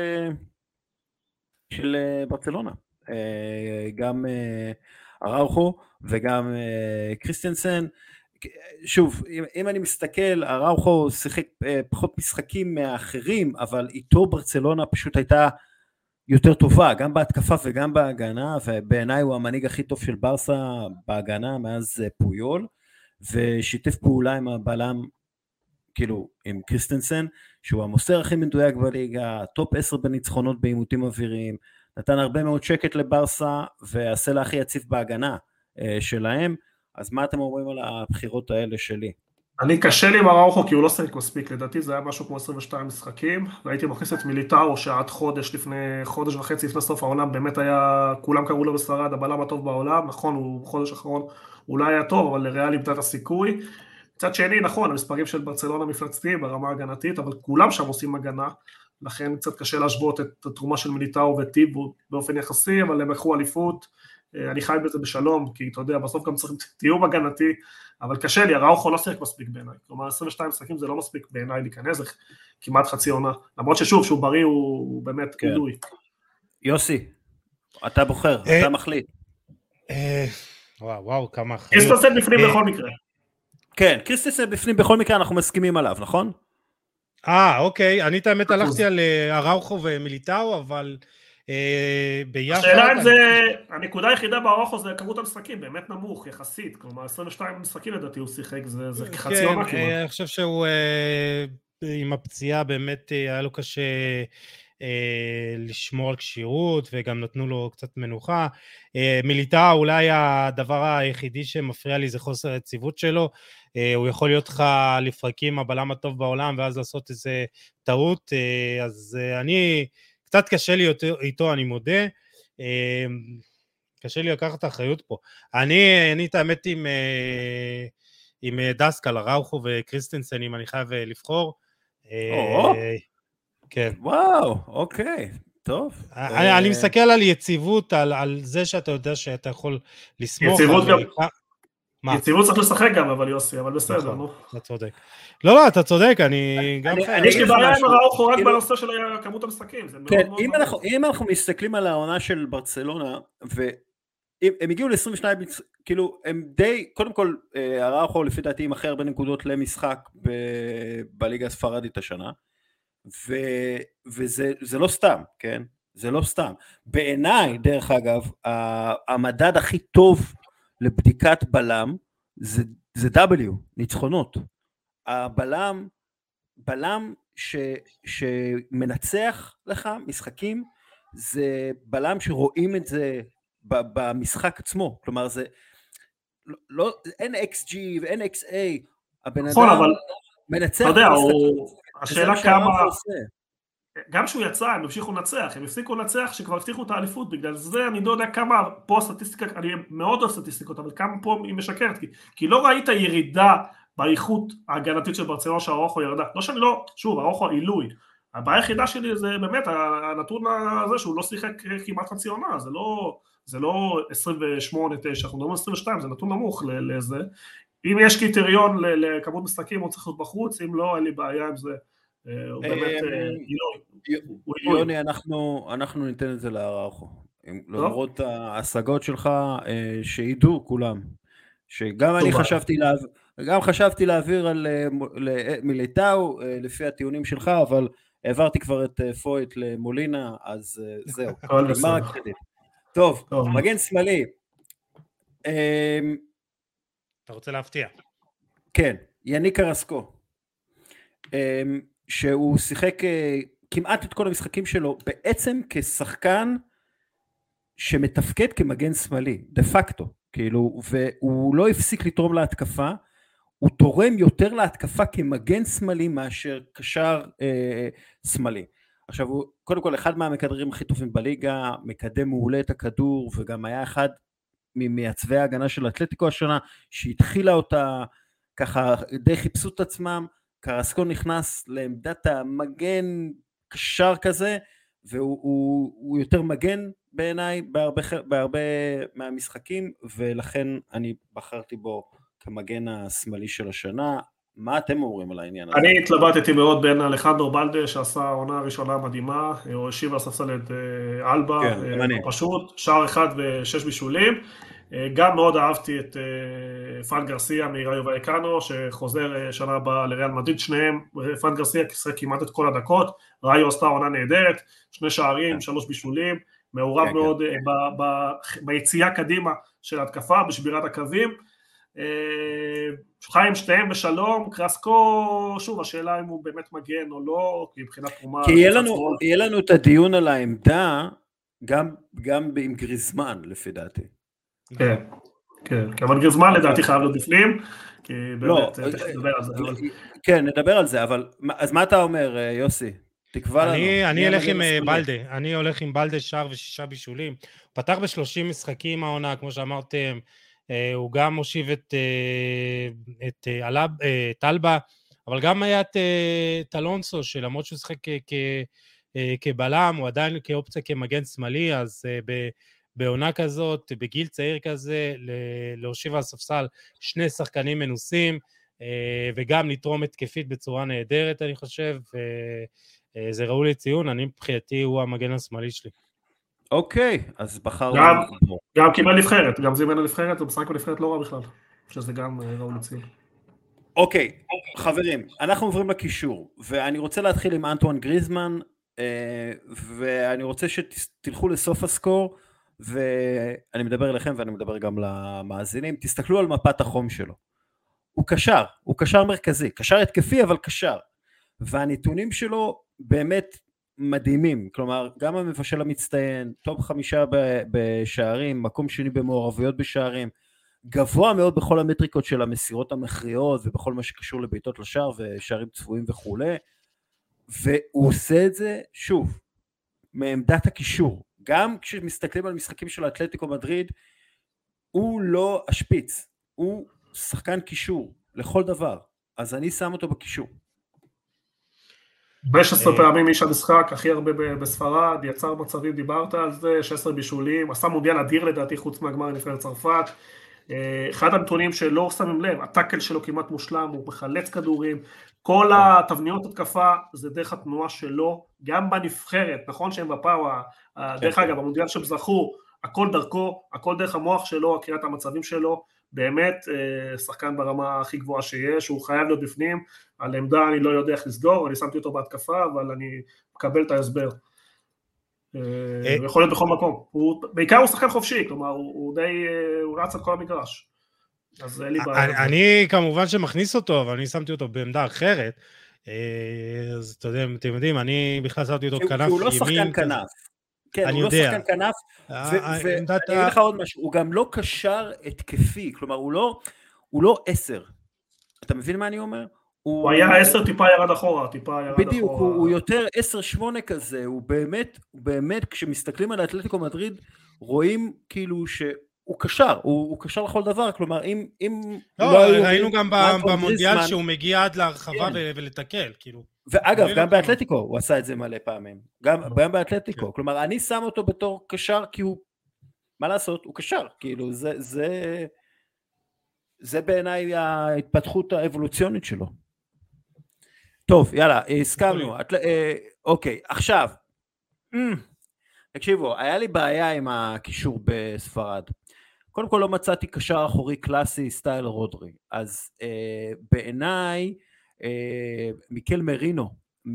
של ברצלונה. גם אראוכו וגם קריסטנסן. שוב, אם אני מסתכל, אראוכו שיחק פחות משחקים מהאחרים, אבל איתו ברצלונה פשוט הייתה יותר טובה, גם בהתקפה וגם בהגנה, ובעיניי הוא המנהיג הכי טוב של ברסה בהגנה מאז פויול, ושיתף פעולה עם הבלם, כאילו עם קריסטנסן, שהוא המוסר הכי מדויק בליגה, טופ 10 בניצחונות באימותים אוויריים, נתן הרבה מאוד שקט לברסה, והסלע הכי יציב בהגנה שלהם. אז מה אתם אומרים על הבחירות האלה שלי? אני קשה לי עם אראוכו כי הוא לא שיחק מספיק, לדעתי זה היה משהו כמו 22 משחקים, והייתי מכניס את מיליטאו שעד חודש וחצי לפני סוף העולם, באמת היה, כולם קראו לו בספרד, הבלם הטוב בעולם, נכון, הוא חודש אחרון אולי היה טוב, אבל לריאל איבדה את הסיכוי. מצד שני, נכון, המספרים של ברצלונה מפלצתיים ברמה הגנתית, אבל כולם שם עושים הגנה, לכן קצת קשה להשוות את התרומה של מיליטאו וטיבו באופן יחסי, אבל הם לקחו אליפות, אני חי בזה בשלום, כי אתה יודע, בסוף גם צריך תיאום הגנתי, אבל קשה לי, אראוכו לא שיחק מספיק בעיניי, כלומר 22 משחקים זה לא מספיק בעיניי להיכנס, זה כמעט חצי עונה, למרות ששוב, שהוא בריא הוא באמת כדוי. יוסי, אתה בוחר, אתה מחליט. וואו, כמה אחריות. קריסטנסן בפנים בכל מקרה. כן, קריסטנסן בפנים בכל מקרה, אנחנו מסכימים עליו, נכון? אוקיי, אני את האמת הלכתי על אראוכו ומיליטאו, אבל ביחד... השאלה אם זה, הנקודה היחידה באראוכו זה כמות המשחקים, באמת נמוך, יחסית, כלומר 22 משחקים לדעתי הוא שיחק, זה חצי עונה כמעט. אני חושב שהוא עם הפציעה באמת היה לו קשה לשמור על קשירות, וגם נתנו לו קצת מנוחה. מיליטאו אולי הדבר היחידי שמפריע לי זה חוסר היציבות שלו, הוא יכול להיות לך לפרקים הבלם הטוב בעולם, ואז לעשות איזה טעות, אז אני... קצת קשה לי איתו, אני מודה, קשה לי לקחת את האחריות פה. אני את האמת עם דסקל, אראוכו וקריסטנסן, אם אני חייב לבחור. כן. וואו, אוקיי, טוב. אני מסתכל על יציבות, על זה שאתה יודע שאתה יכול לסמוך. יציבות גם. יציבות צריך לשחק גם, אבל יוסי, אבל בסדר, נו. אתה צודק. לא, אתה צודק, אני גם... יש לי בעיה עם אראוכו רק בנושא של כמות המשחקים. כן, אם אנחנו מסתכלים על העונה של ברצלונה, והם הגיעו ל-22, כאילו, הם די, קודם כל, אראוכו לפי דעתי עם הכי הרבה נקודות למשחק בליגה הספרדית השנה, וזה לא סתם, כן? זה לא סתם. בעיניי, דרך אגב, המדד הכי טוב לבדיקת בלם, זה W, ניצחונות. בלם שמנצח לך משחקים, זה בלם שרואים את זה במשחק עצמו, כלומר זה, אין XG ואין XA, הבן אדם מנצח, אתה יודע, השאלה כמה, גם שהוא יצא, הם המשיכו לנצח, הם הפסיקו לנצח שכבר הבטיחו את האליפות, בגלל זה אני לא יודע כמה פה הסטטיסטיקה, אני מאוד אוהב סטטיסטיקות, אבל כמה פה היא משקרת, כי לא ראית ירידה באיכות ההגנתית של ברצלונה שהאראוכו ירדה, לא שאני לא, שוב, האראוכו עילוי, הבעיה היחידה שלי זה באמת הנתון הזה שהוא לא שיחק כמעט חצי עונה, זה לא 28-9, אנחנו מדברים על 22, זה נתון נמוך לזה, אם יש קריטריון לכמות משחקים, הוא צריך להיות בחוץ, אם לא, אין לי בעיה עם זה. הוא באמת, יוני, אנחנו ניתן את זה לאראוכו. למרות ההשגות שלך, שידעו כולם, שגם אני חשבתי להעביר מליטאו, לפי הטיעונים שלך, אבל העברתי כבר את פויט למולינה, אז זהו, נגמר הקרדיט. טוב, מגן שמאלי. אתה רוצה להפתיע? כן, יניק קרסקו, שהוא שיחק כמעט את כל המשחקים שלו, בעצם כשחקן שמתפקד כמגן שמאלי, דה פקטו, כאילו, והוא לא הפסיק לתרום להתקפה, הוא תורם יותר להתקפה כמגן שמאלי מאשר קשר שמאלי. עכשיו, הוא קודם כל אחד מהמכדררים הכי טובים בליגה, מקדם מעולה את הכדור, וגם היה אחד ממייצבי ההגנה של אתלטיקו השנה, שהתחילה אותה ככה, די חיפשו את עצמם, קרסקו נכנס לעמדת המגן קשר כזה, והוא יותר מגן בעיניי בהרבה מהמשחקים, ולכן אני בחרתי בו כמגן השמאלי של השנה. מה אתם אומרים על העניין הזה? אני התלבטתי מאוד בין אלחנדרו בלדה, שעשה העונה הראשונה מדהימה, הוא השיב על ספסל את אלבה, פשוט, שער אחד ו6 בישולים. גם מאוד אהבתי את פרן גרסיה מראיו וייקנו, שחוזר שנה הבאה לריאל מדריד. שניהם, פרן גרסיה כיסה כמעט את כל הדקות, ראיו עשתה עונה נהדרת, 2 שערים, 3 בישולים, מעורב מאוד ביציאה קדימה של התקפה, בשבירת הקווים. חיים שתיהם בשלום. קרסקו, שוב, השאלה אם הוא באמת מגן או לא, כי מבחינת תרומה... כי יהיה לנו את הדיון על העמדה, גם עם גריזמן, לפי דעתי. כן, כן, אבל גריזמן לדעתי חייב להיות בפנים, כי באמת, נדבר על זה. כן, נדבר על זה, אבל אז מה אתה אומר, יוסי? תקבע לנו. אני אלך עם בלדה, אני הולך עם בלדה, שער ו6 בישולים. פתח ב30 משחקים העונה, כמו שאמרתם, הוא גם הושיב את אלבה, אבל גם היה את אלונסו, שלמרות שהוא שחק כבלם, הוא עדיין כאופציה כמגן שמאלי, אז בעונה כזאת, בגיל צעיר כזה, להושיב על ספסל 2 שחקנים מנוסים, וגם לתרום התקפית בצורה נהדרת, אני חושב, זה ראוי לציון. אני מבחינתי הוא המגן השמאלי שלי. אוקיי, אז בחרנו... גם קיבל נבחרת, גם זימן לנבחרת, הוא משחק בנבחרת לא רע בכלל, שזה גם ראוי לציון. אוקיי, חברים, אנחנו עוברים לקישור, ואני רוצה להתחיל עם אנטואן גריזמן, ואני רוצה שתלכו לסוף הסקור, ואני מדבר אליכם ואני מדבר גם למאזינים, תסתכלו על מפת החום שלו. הוא קשר מרכזי, קשר התקפי אבל קשר, והנתונים שלו באמת מדהימים, כלומר גם המבשל המצטיין, טופ 5 בשערים, מקום שני במעורבויות בשערים, גבוה מאוד בכל המטריקות של המסירות המכריעות, ובכל מה שקשור לביתות לשער ושערים צפויים וכו', והוא עושה את זה שוב, מעמדת הקישור, גם כשמסתכלים על משחקים של אתלטיקו מדריד, הוא לא השפיץ, הוא שחקן קישור לכל דבר, אז אני שם אותו בקישור. 16 פעמים איש המשחק, הכי הרבה בספרד, יצר מצבים, דיברת על זה, 16 בישולים, עשה מונדיאל אדיר לדעתי חוץ מהגמר נבחרת צרפת. אחד הנתונים שלא שמים לב, הטאקל שלו כמעט מושלם, הוא מחלץ כדורים, כל התבניות התקפה זה דרך התנועה שלו, גם בנבחרת, נכון שהם בפאו, דרך אגב, המונדיאל שהם זכו, הכל דרכו, הכל דרך המוח שלו, הקריאת המצבים שלו, באמת שחקן ברמה הכי גבוהה שיש, הוא חייב להיות בפנים, על עמדה אני לא יודע איך לסגור, אני שמתי אותו בהתקפה, אבל אני מקבל את ההסבר. הוא יכול להיות בכל מקום, בעיקר הוא שחקן חופשי, כלומר הוא רץ על כל המגרש. אז אין לי בעיה. אני כמובן שמכניס אותו, אבל אני שמתי אותו בעמדה אחרת, אז אתם יודעים, אני בכלל שמתי אותו כנף ימין. הוא לא שחקן כנף. כן, הוא לא שחקן כנף, ואני אגיד לך עוד משהו, הוא גם לא קשר התקפי, כלומר הוא לא 10. אתה מבין מה אני אומר? הוא היה 10, טיפה ירד אחורה, בדיוק, הוא יותר 10-8 כזה, הוא באמת, כשמסתכלים על האתלטיקו מדריד, רואים כאילו שהוא קשר, הוא קשר לכל דבר, כלומר אם... לא, ראינו גם במונדיאל שהוא מגיע עד להרחבה ולתקל, כאילו. ואגב, גם באתלטיקו הוא עשה את זה מלא פעמים, גם באתלטיקו, כלומר אני שם אותו בתור קשר, כי הוא, מה לעשות, הוא קשר, כאילו זה... זה בעיניי ההתפתחות האבולוציונית שלו. טוב, יאללה, הסכמנו. אוקיי, עכשיו, תקשיבו, היה לי בעיה עם הקישור בספרד. קודם כל לא מצאתי קשר אחורי קלאסי סטייל רודרי, אז בעיניי מיקל מרינו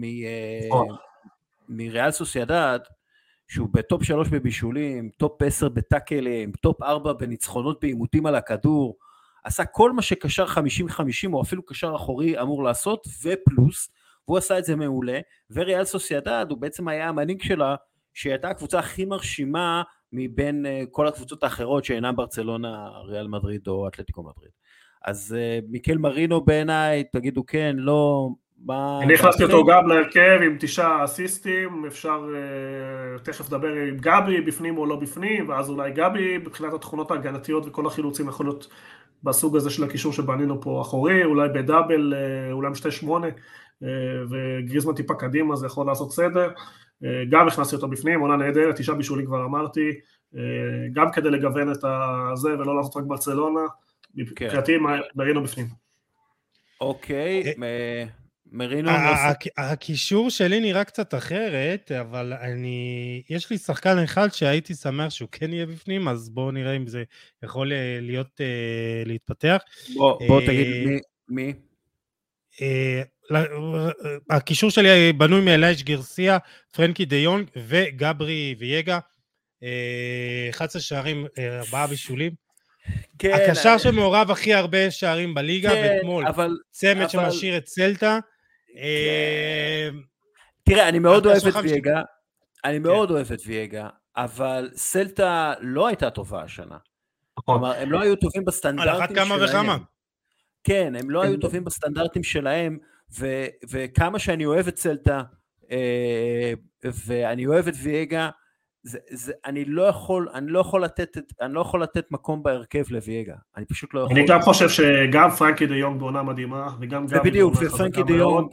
מריאל סוסיידד, שהוא בטופ 3 בבישולים, טופ 10 בטאקלים, טופ 4 בניצחונות בעימותים על הכדור, עשה כל מה שקשר 50-50 או אפילו קשר אחורי אמור לעשות ופלוס, והוא עשה את זה מעולה, וריאל סוסיידד הוא בעצם היה המנהיג שלה, שהייתה הקבוצה הכי מרשימה מבין כל הקבוצות האחרות שאינן ברצלונה, ריאל מדריד או אתלטיקו מדריד. אז מיקל מרינו בעיניי, תגידו כן, לא, מה... אני הכנסתי אותו גם להרכב עם 9 אסיסטים, אפשר תכף לדבר עם גבי בפנים או לא בפנים, ואז אולי גבי מבחינת התכונות ההגנתיות וכל החילוצים יכול להיות בסוג הזה של הקישור שבנינו פה אחורי, אולי בדאבל, אולי עם 2-8, וגריזמן טיפה קדימה, זה יכול לעשות סדר. גם הכנסתי אותו בפנים, עונה נהדרת, 9 בישולים כבר אמרתי, גם כדי לגוון את זה ולא לעשות רק ברצלונה, מבחינתי מרינו בפנים. אוקיי, מרינו... הקישור שלי נראה קצת אחרת, אבל יש לי שחקן אחד שהייתי שמח שהוא כן יהיה בפנים, אז בואו נראה אם זה יכול להיות להתפתח. בוא תגיד מי? הקישור שלי בנוי מאלייש גרסיה, פרנקי דה יונג וגברי ויגה, 11 שערים, 4 בישולים. הקשר שמעורב הכי הרבה שערים בליגה, ואתמול צמד שמשאיר את סלטה. תראה, אני מאוד אוהב את ויגה, אבל סלטה לא הייתה טובה השנה. כלומר, הם לא היו טובים בסטנדרטים שלהם. כן, הם לא היו טובים בסטנדרטים שלהם, וכמה שאני אוהב את סלטה, ואני אוהב את ויגה, אני לא יכול לתת מקום בהרכב לוויגה, אני פשוט לא יכול. אני גם חושב שגם פרנקי דה יונג בעונה מדהימה, וגם זה בדיוק, ופרנקי דה יונג,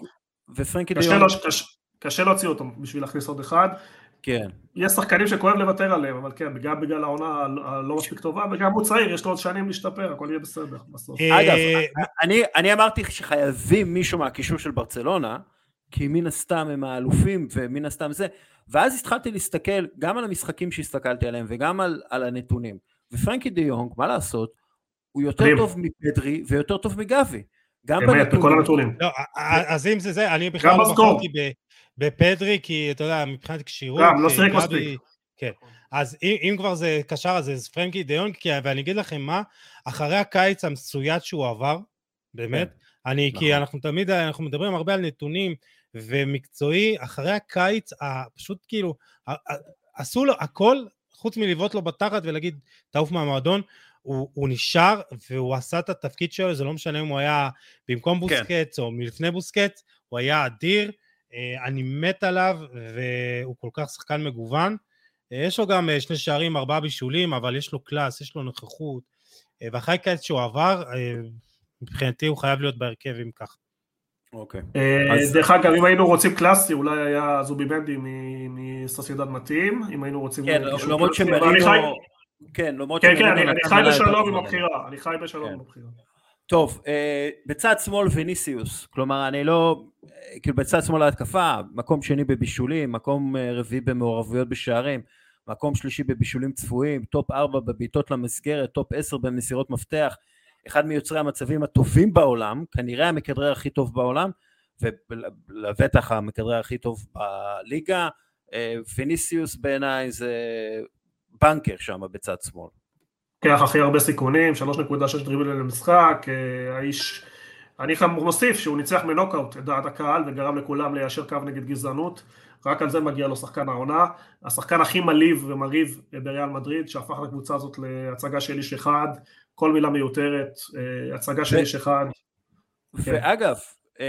קשה להוציא אותו בשביל להכניס עוד אחד. כן. יש שחקנים שכואב לוותר עליהם, אבל כן, גם בגלל העונה הלא מספיק טובה, וגם הוא צעיר, יש לו עוד שנים להשתפר, הכל יהיה בסדר בסוף. אגב, אני אמרתי שחייבים מישהו מהקישור של ברצלונה, כי מן הסתם הם האלופים, ומן הסתם זה, ואז התחלתי להסתכל גם על המשחקים שהסתכלתי עליהם, וגם על הנתונים, ופרנקי דה יונג, מה לעשות, הוא יותר טוב מפדרי, ויותר טוב מגבי, גם בנתונים. אז אם זה, אני בכלל לא בחרתי בפדרי, כי אתה יודע, מבחינת קשירות, לא שיחק מספיק. כן, אז אם כבר זה קשר, אז זה פרנקי דה יונג, ואני אגיד לכם מה, אחרי הקיץ המסויט שהוא עבר, באמת, כי אנחנו מדברים הרבה על נתונים, ומקצועי, אחרי הקיץ, פשוט כאילו, עשו לו הכל, חוץ מלבעוט לו בתחת ולהגיד, תעוף מהמועדון, הוא נשאר, והוא עשה את התפקיד שלו, זה לא משנה אם הוא היה במקום בוסקץ, או מלפני בוסקץ, הוא היה אדיר, אני מת עליו, והוא כל כך שחקן מגוון, יש לו גם 2 שערים, 4 בישולים, אבל יש לו קלאס, יש לו נוכחות, ואחרי הקיץ שהוא עבר, מבחינתי הוא חייב להיות בהרכב עם כך. אוקיי. דרך אגב, אם היינו רוצים קלאסי, אולי היה זובי בנדי מסוסיידד מתאים, אם היינו רוצים... כן, למרות שמרינו... כן, אני חי בשלום עם הבחירה, טוב, בצד שמאל ויניסיוס, כלומר אני לא... כאילו בצד שמאל ההתקפה, מקום שני בבישולים, מקום רביעי במעורבויות בשערים, מקום שלישי בבישולים צפויים, טופ 4 בביתות למסגרת, טופ 10 במסירות מפתח, אחד מיוצרי המצבים הטובים בעולם, כנראה המכדרר הכי טוב בעולם, ולבטח המכדרר הכי טוב בליגה, ויניסיוס בעיניי זה בנקר שם בצד שמאל. לוקח הכי הרבה סיכונים, 3.6 דריבלים למשחק, האיש, אני מוסיף שהוא ניצח מנוקאוט את דעת הקהל, וגרם לכולם ליישר קו נגד גזענות, רק על זה מגיע לו שחקן העונה, השחקן הכי מליב ומריב בריאל מדריד, שהפך לקבוצה הזאת להצגה של איש אחד, כל מילה מיותרת, הצגה של איש אחד. ואגב,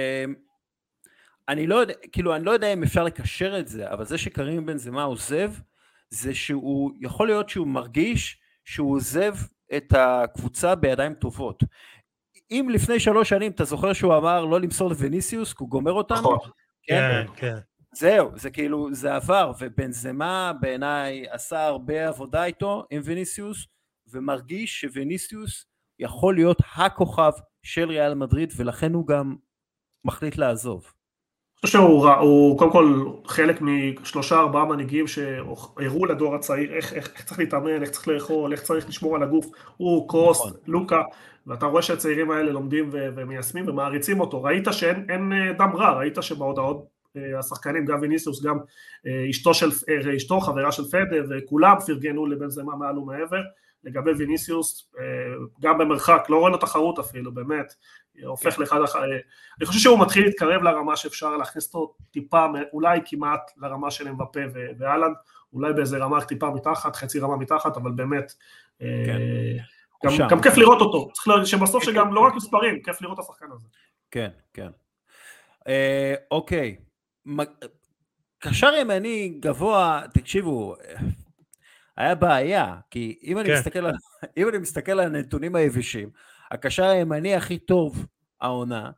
אני לא יודע אם אפשר לקשר את זה, אבל זה שקרים בנזמה עוזב, זה שהוא, יכול להיות שהוא מרגיש שהוא עוזב את הקבוצה בידיים טובות. אם לפני 3 שנים אתה זוכר שהוא אמר לא למסור לוויניסיוס, כי הוא גומר אותנו, כן, כן. זהו, זה כאילו, זה עבר, ובנזמה בעיניי עשה הרבה עבודה איתו עם ויניסיוס, ומרגיש שוויניסיוס יכול להיות הכוכב של ריאל מדריד, ולכן הוא גם מחליט לעזוב. אני חושב שהוא קודם כל חלק מ3-4 מנהיגים שהראו לדור הצעיר איך צריך להתאמן, איך צריך לאכול, איך צריך לשמור על הגוף, הוא קרוס, נכון. לוקה, ואתה רואה שהצעירים האלה לומדים ומיישמים ומעריצים אותו, ראית שאין דם רע, ראית שבהודעות השחקנים, גם ויניסיוס, גם אשתו חברה של פדר, וכולם פרגנו לבנזמה מעל ומעבר, לגבי ויניסיוס, גם במרחק, לא רואה לו תחרות אפילו, באמת, הופך לאחד, אני חושב שהוא מתחיל להתקרב לרמה שאפשר להכניס אותו טיפה, אולי כמעט לרמה של אמבפה ואלנד, אולי באיזה רמה טיפה מתחת, חצי רמה מתחת, אבל באמת, גם כיף לראות אותו, שבסוף שגם לא רק מספרים, כיף לראות את השחקן הזה. כן, כן. אוקיי, קשר ימני גבוה, תקשיבו, היה בעיה, כי אם אני מסתכל על הנתונים היבשים, הקשר הימני הכי טוב העונה,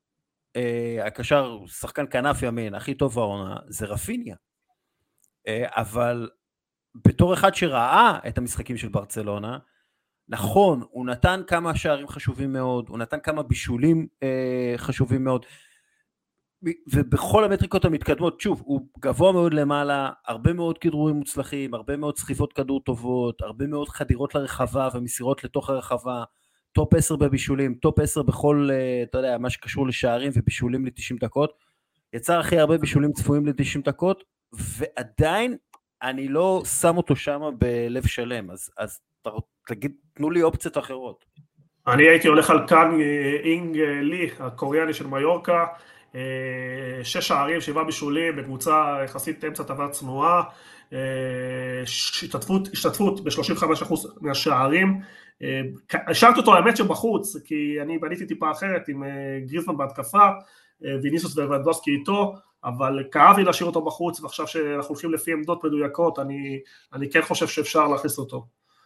הקשר שחקן כנף ימין הכי טוב העונה, זה רפיניה. אבל בתור אחד שראה את המשחקים של ברצלונה, נכון, הוא נתן כמה שערים חשובים מאוד, הוא נתן כמה בישולים חשובים מאוד, ובכל המטריקות המתקדמות, שוב, הוא גבוה מאוד למעלה, הרבה מאוד כדרורים מוצלחים, הרבה מאוד סחיבות כדור טובות, הרבה מאוד חדירות לרחבה ומסירות לתוך הרחבה, טופ 10 בבישולים, טופ 10 בכל, אתה יודע, מה שקשור לשערים ובישולים ל-90 דקות, יצר הכי הרבה בישולים צפויים ל-90 דקות, ועדיין אני לא שם אותו שם בלב שלם, אז תגיד, תנו לי אופציות אחרות. אני הייתי הולך על קאן אינג לי, הקוריאני של מיורקה, 6 שערים, 7 בישולים, בקבוצה יחסית אמצע טבעת צנועה, השתתפות ב-35% מהשערים, השארתי אותו האמת שבחוץ, כי אני בניתי טיפה אחרת עם גריזמן בהתקפה, ויניסיוס ולבנדובסקי איתו, אבל כאב לי להשאיר אותו בחוץ, ועכשיו שאנחנו הולכים לפי עמדות מדויקות, אני כן חושב שאפשר להכניס אותו.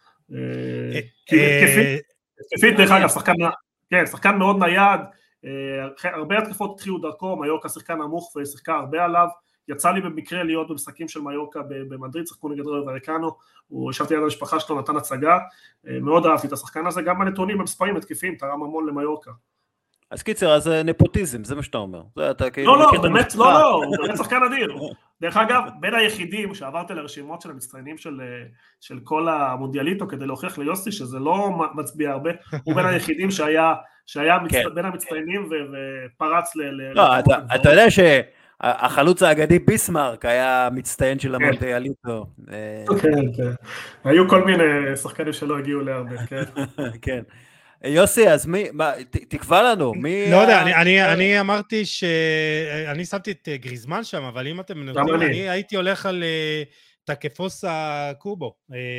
כפית דרך אגב, שחקן מאוד נייד, הרבה התקפות התחילו דרכו, מיורקה שיחקה נמוך ושיחקה הרבה עליו, יצא לי במקרה להיות במשחקים של מיורקה במדריד, שיחקו נגד ריו ולקאנו, הוא ישבתי ליד המשפחה שלו, נתן הצגה, מאוד אהבתי את השחקן הזה, גם הנתונים במספרים התקפים, תרם המון למיורקה. אז קיצר, אז נפוטיזם, זה מה שאתה אומר. לא, באמת, לא, הוא באמת שחקן אדיר. דרך אגב, בין היחידים שעברתי לרשימות של המצטיינים של כל המונדיאליטו, כדי להוכיח ליוסי שזה לא מצביע הרבה, הוא בין היחידים שהיה בין המצטיינים ופרץ לא, אתה יודע שהחלוץ האגדי ביסמרק היה מצטיין של המונדיאליטו. כן, כן. היו כל מיני שחקנים שלא הגיעו להרבה, כן. כן. יוסי, אז תקבע לנו, מי... לא יודע, אני אמרתי שאני שמתי את גריזמן שם, אבל אם אתם נותנים, אני הייתי הולך על תקפוסה קובו,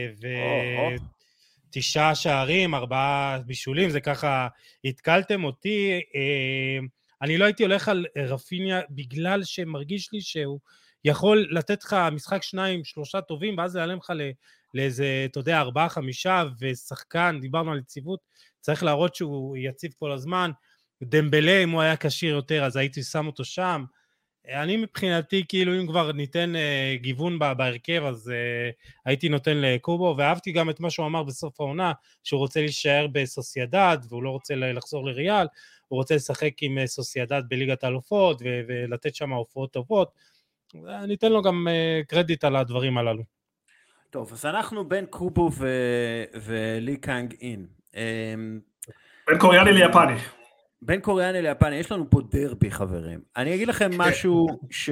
ו9 שערים, 4 בישולים, זה ככה, התקלתם אותי, אני לא הייתי הולך על רפיניה, בגלל שמרגיש לי שהוא יכול לתת לך משחק 2-3 טובים, ואז להעלם לך לאיזה, אתה יודע, 4-5, ושחקן, דיברנו על יציבות, צריך להראות שהוא יציב כל הזמן, דמבלה, אם הוא היה קשיר יותר, אז הייתי שם אותו שם, אני מבחינתי, כאילו, אם כבר ניתן גיוון בהרכב, אז הייתי נותן לקובו, ואהבתי גם את מה שהוא אמר בסוף העונה, שהוא רוצה להישאר בסוסיידד, והוא לא רוצה לחזור לריאל, הוא רוצה לשחק עם סוסיידד בליגת האלופות, ולתת שם הופעות טובות, ניתן לו גם קרדיט על הדברים הללו. טוב, אז אנחנו בין קובו ולי קאנג אין. בין קוריאני ליפני. בין קוריאני ליפני, יש לנו פה דרבי חברים. אני אגיד לכם משהו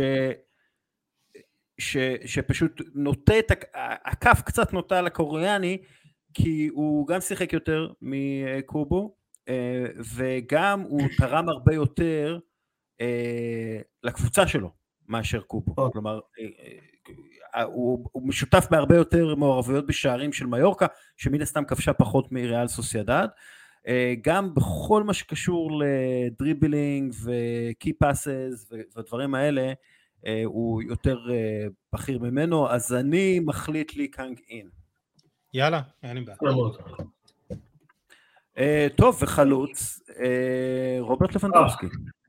שפשוט נוטה את הכף קצת נוטה לקוריאני, כי הוא גם שיחק יותר מקובו, וגם הוא תרם הרבה יותר לקבוצה שלו מאשר קובו. כלומר, הוא משותף בהרבה יותר מעורבויות בשערים של מיורקה, שמן הסתם כבשה פחות מריאל סוסיידד, גם בכל מה שקשור לדריבלינג וקי פאסס ודברים האלה, הוא יותר בכיר ממנו, אז אני מחליט לי קאנג אין. יאללה, אין לי בעיה. טוב, וחלוץ, רוברט לבנדובסקי.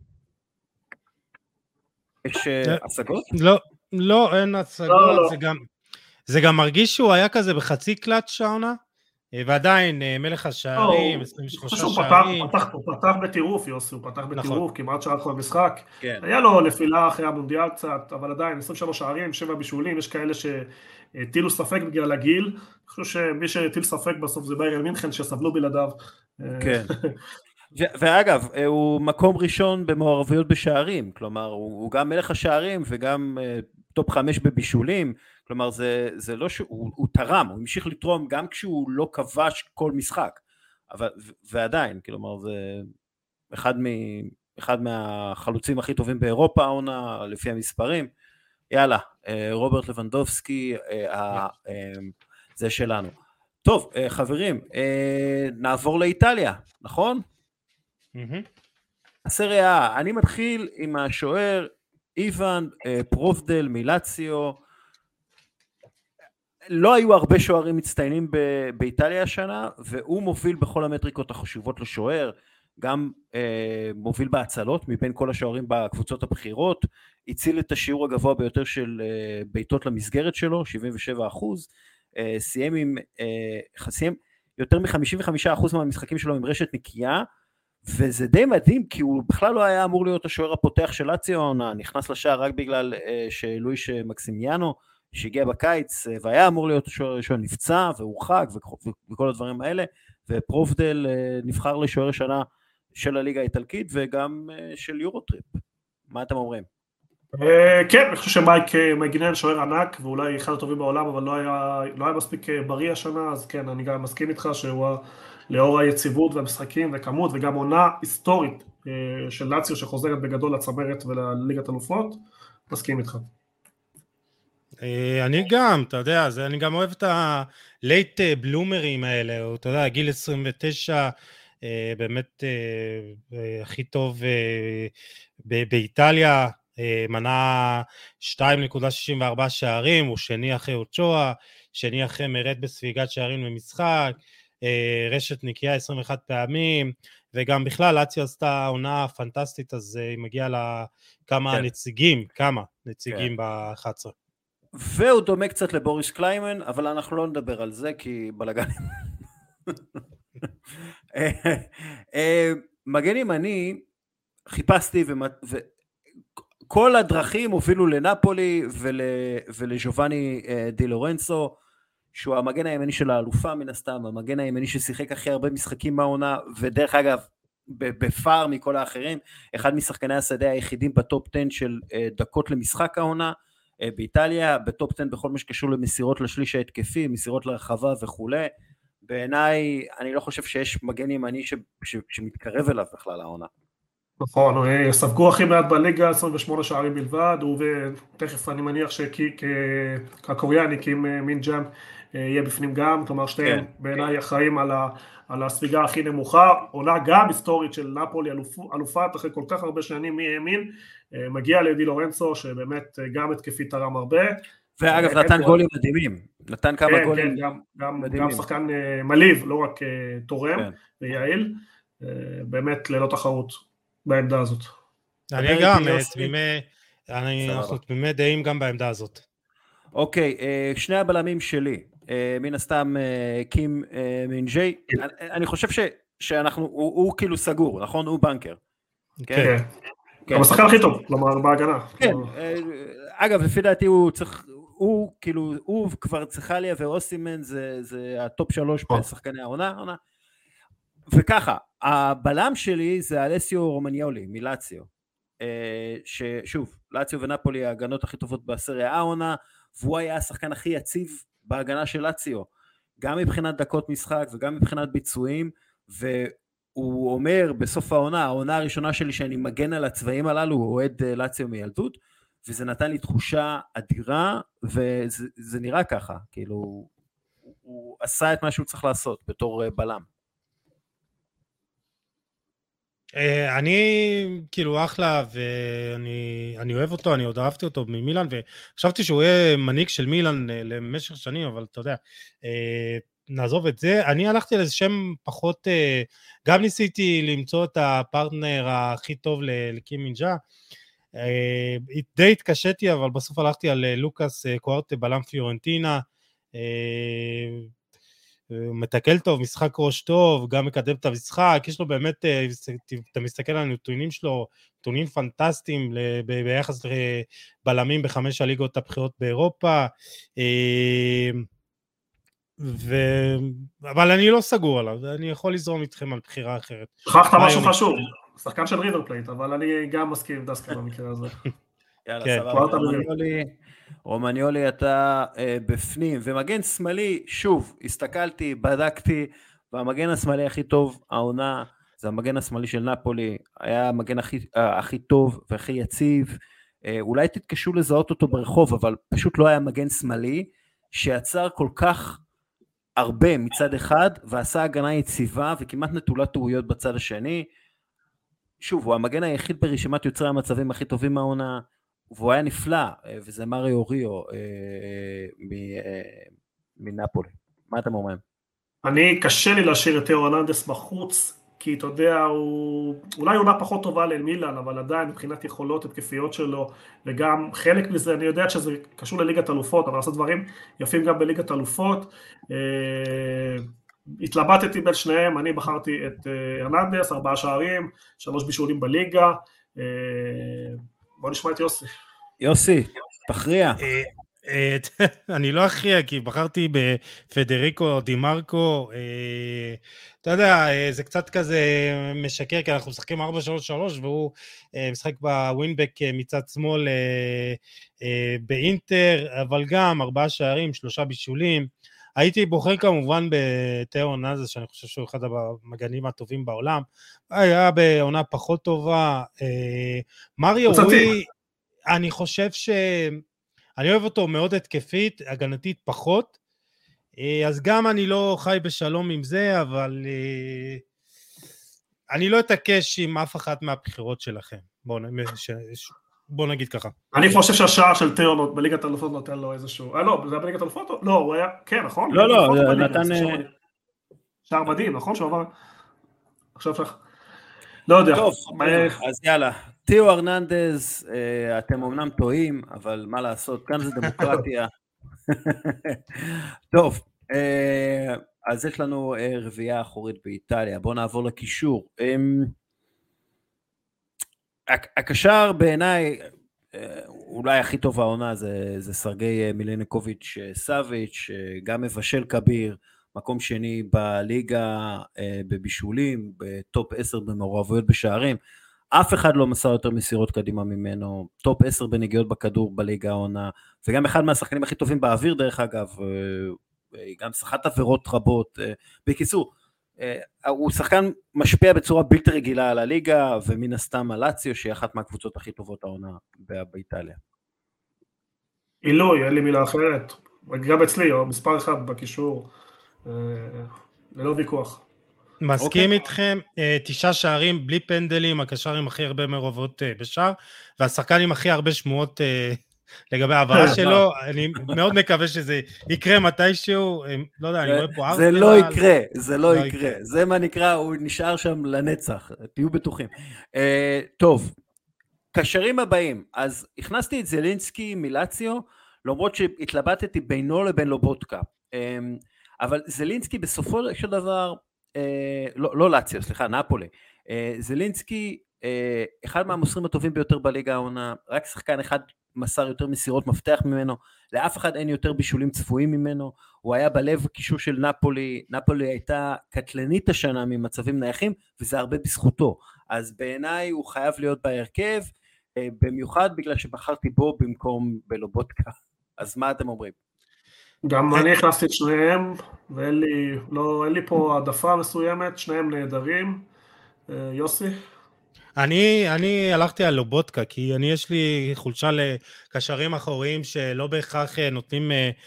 יש השגות? לא, אין הצגות, זה גם מרגיש שהוא היה כזה בחצי קלאץ' העונה, ועדיין מלך השערים, 23 הוא שערים. פתח בטירוף, יוסי, הוא פתח בטירוף, כמעט שעה כל המשחק. כן. היה לו נפילה אחרי המונדיאל קצת, אבל עדיין 23 שערים, 7 בישולים, יש כאלה שהטילו ספק בגלל הגיל, אני חושב שמי שהטיל ספק בסוף זה ביירן מינכן שסבלו בלעדיו. כן. ואגב, הוא מקום ראשון במעורבויות בשערים, כלומר, הוא גם מלך השערים וגם טופ 5 בבישולים, כלומר, זה לא שהוא תרם, הוא המשיך לתרום גם כשהוא לא כבש כל משחק, ועדיין, כלומר, זה אחד מהחלוצים הכי טובים באירופה, העונה, לפי המספרים. יאללה, רוברט לבנדובסקי, זה שלנו. טוב, חברים, נעבור לאיטליה, נכון? הסריה, אני מתחיל עם השוער איוון פרובדל מלאציו. לא היו הרבה שוערים מצטיינים באיטליה השנה, והוא מוביל בכל המטריקות החשובות לשוער, גם מוביל בהצלות מבין כל השוערים בקבוצות הבכירות, הציל את השיעור הגבוה ביותר של בעיטות למסגרת שלו, 77%, סיים יותר מ-55% מהמשחקים שלו עם רשת נקייה, וזה די מדהים, כי הוא בכלל לא היה אמור להיות השוער הפותח של לאציו, נכנס לשער רק בגלל שלואיש מקסימיאנו, שהגיע בקיץ, והיה אמור להיות השוער הראשון, נפצע והורחק וכל הדברים האלה, ופרובדל נבחר לשוער השנה של הליגה האיטלקית, וגם של יורוטריפ. מה אתם אומרים? כן, אני חושב שמייק מגינן שוער ענק, ואולי אחד הטובים בעולם, אבל לא היה מספיק בריא השנה, אז כן, אני גם מסכים איתך שהוא לאור היציבות והמשחקים וכמות, וגם עונה היסטורית של לאציו שחוזרת בגדול לצמרת ולליגת אלופות, מסכים איתך. אני גם, אתה יודע, אני גם אוהב את הלייט בלומרים האלה, אתה יודע, גיל 29, באמת הכי טוב באיטליה, מנה 2.64 שערים, הוא שני אחרי אוצ'ואה, שני אחרי מרד בספיגת שערים למשחק, רשת נקייה 21 פעמים, וגם בכלל לאציו עשתה עונה פנטסטית, אז היא מגיעה לכמה נציגים, ב-11. והוא דומה קצת לבוריס קליימן, אבל אנחנו לא נדבר על זה, כי בלגנים. מגן ימני, חיפשתי, וכל הדרכים הובילו לנפולי ולז'ובאני די לורנצו, שהוא המגן הימני של האלופה מן הסתם, המגן הימני ששיחק הכי הרבה משחקים מהעונה, ודרך אגב, בפאר מכל האחרים, אחד משחקני השדה היחידים בטופ 10 של דקות למשחק העונה, באיטליה, בטופ 10 בכל מה שקשור למסירות לשליש ההתקפי, מסירות לרחבה וכו'. בעיניי, אני לא חושב שיש מגן ימני שמתקרב אליו בכלל העונה. נכון, ספגו הכי מעט בליגה, 28 שערים בלבד, ותכף אני מניח שהקוריאני, קים מין ג'אם, יהיה בפנים גם, כלומר שתיהם בעיניי אחראים על הספיגה הכי נמוכה, עונה גם היסטורית של נפולי, אלופת, אחרי כל כך הרבה שנים מימין, מגיע לדי לורנצו, שבאמת גם התקפי תרם הרבה. ואגב, נתן גולים מדהימים, נתן כמה גולים מדהימים. גם שחקן מליב, לא רק תורם ויעיל, באמת ללא תחרות בעמדה הזאת. אני גם, אנחנו תמימי דעים גם בעמדה הזאת. אוקיי, שני הבלמים שלי, מן הסתם קים מינג'י, אני חושב שאנחנו, הוא כאילו סגור, נכון? הוא בנקר. כן. הוא השחקן הכי טוב, כלומר בהגנה. כן, אגב, לפי דעתי הוא כבר צריכליה ואוסימן, זה הטופ 3 בשחקני העונה, וככה, הבלם שלי זה אלסיו רומניולי מלאציו, ששוב, לאציו ונפולי ההגנות הכי טובות בסריה העונה, והוא היה השחקן הכי יציב בהגנה של לאציו, גם מבחינת דקות משחק וגם מבחינת ביצועים, והוא אומר בסוף העונה הראשונה שלי שאני מגן על הצבעים הללו, הוא אוהד לאציו מילדות, וזה נתן לי תחושה אדירה, וזה נראה ככה, כאילו, הוא עשה את מה שהוא צריך לעשות בתור בלם. אני כאילו אחלה, ואני אוהב אותו, אני עוד אהבתי אותו ממילן, וחשבתי שהוא יהיה מנהיג של מילן למשך שנים, אבל אתה יודע, נעזוב את זה. אני הלכתי על איזה שם פחות, גם ניסיתי למצוא את הפרטנר הכי טוב לקים מינג'ה, די התקשיתי, אבל בסוף הלכתי על לוקאס קוארטה בלם פיורנטינה, מתקל טוב, משחק ראש טוב, גם מקדם את המשחק, יש לו באמת, אתה מסתכל על הנתונים שלו, נתונים פנטסטיים ביחס לבלמים ב5 הליגות הבכירות באירופה, אבל אני לא סגור עליו, אני יכול לזרום איתכם על בחירה אחרת. שכחת משהו חשוב, שחקן של ריבר פלייט, אבל אני גם מסכים עם דסקל במקרה הזה. יאללה, סבבה, רומניולי אתה בפנים, ומגן שמאלי, שוב, הסתכלתי, בדקתי, והמגן השמאלי הכי טוב, העונה, זה המגן השמאלי של נפולי, היה המגן הכי טוב והכי יציב, אולי תתקשו לזהות אותו ברחוב, אבל פשוט לא היה מגן שמאלי, שיצר כל כך הרבה מצד אחד, ועשה הגנה יציבה, וכמעט נטולת טעויות בצד השני, שוב, הוא המגן היחיד ברשימת יוצרי המצבים הכי טובים מהעונה, והוא היה נפלא, וזה מריו ריו מנפולי. מה אתם אומרים? אני קשה לי להשאיר את תאו הרננדס בחוץ, כי אתה יודע, אולי עונה פחות טובה למילאן, אבל עדיין מבחינת יכולות התקפיות שלו, וגם חלק מזה, אני יודע שזה קשור לליגת אלופות, אבל לעשות דברים יפים גם בליגת אלופות. התלבטתי בין שניהם, אני בחרתי את הרננדס, 4 שערים, 3 בישולים בליגה. בוא נשמע את יוסי. יוסי, תכריע. אני לא אכריע, כי בחרתי בפדריקו דימרקו, אתה יודע, זה קצת כזה משקר, כי אנחנו משחקים 4-3-3, והוא משחק בווינבק מצד שמאל באינטר, אבל גם 4 שערים, 3 בישולים. הייתי בוחר כמובן בתאו נאזס, שאני חושב שהוא אחד המגנים הטובים בעולם, היה בעונה פחות טובה. מריו רוי, אני חושב אני אוהב אותו מאוד התקפית, הגנתית פחות, אז גם אני לא חי בשלום עם זה, אבל אני לא אתעקש עם אף אחת מהבחירות שלכם, בוא נגיד ככה. אני חושב שהשער של תאו בליגת אלופות נותן לו איזשהו, לא, זה היה בליגת אלופות? לא, הוא היה, כן, נכון? לא, נתן... שער מדהים, נכון? שהוא עבר... עכשיו לא יודע. טוב, אז יאללה. תאו הרננדז, אתם אמנם טועים, אבל מה לעשות, כאן זה דמוקרטיה. טוב, אז יש לנו רביעייה אחורית באיטליה, בואו נעבור לקישור. הקשר בעיניי, אולי הכי טוב העונה, זה סרגי מילנקוביץ' סאביץ', גם מבשל כביר, מקום שני בליגה בבישולים, בטופ 10 במעורבויות בשערים, אף אחד לא מסר יותר מסירות קדימה ממנו, טופ 10 בנגיעות בכדור בליגה העונה, וגם אחד מהשחקנים הכי טובים באוויר דרך אגב, גם שחקת עבירות רבות, בקיצור, הוא שחקן משפיע בצורה בלתי רגילה על הליגה, ומן הסתם הלאציו, שהיא אחת מהקבוצות הכי טובות העונה באיטליה. אילוי, אין לי מילה אחרת, גם אצלי, או מספר אחד בקישור, ללא ויכוח. מסכים איתכם, 9 שערים בלי פנדלים, הקשר עם הכי הרבה מעורבות בשער, והשחקן עם הכי הרבה שמועות לגבי העברה שלו, אני מאוד מקווה שזה יקרה מתישהו, לא יודע, אני רואה פה ארסנל. זה לא יקרה, זה מה נקרא, הוא נשאר שם לנצח, תהיו בטוחים. טוב, קשרים הבאים, אז הכנסתי את זלינסקי מלאציו, למרות שהתלבטתי בינו לבין לובוטקה, אבל זלינסקי בסופו של דבר, לא לאציו, סליחה, נפולי, זלינסקי, אחד מהמוסרים הטובים ביותר בליגה העונה, רק שחקן אחד מסר יותר מסירות מפתח ממנו, לאף אחד אין יותר בישולים צפויים ממנו, הוא היה בלב קישור של נפולי, נפולי הייתה קטלנית השנה ממצבים נייחים, וזה הרבה בזכותו, אז בעיניי הוא חייב להיות בהרכב, במיוחד בגלל שבחרתי בו במקום בלובוטקה, אז מה אתם אומרים? גם אני הכנסתי את שניהם, ואין לי פה העדפה מסוימת, שניהם נהדרים. יוסי? אני הלכתי על לובוטקה, כי יש לי חולשה לקשרים אחוריים שלא בהכרח נותנים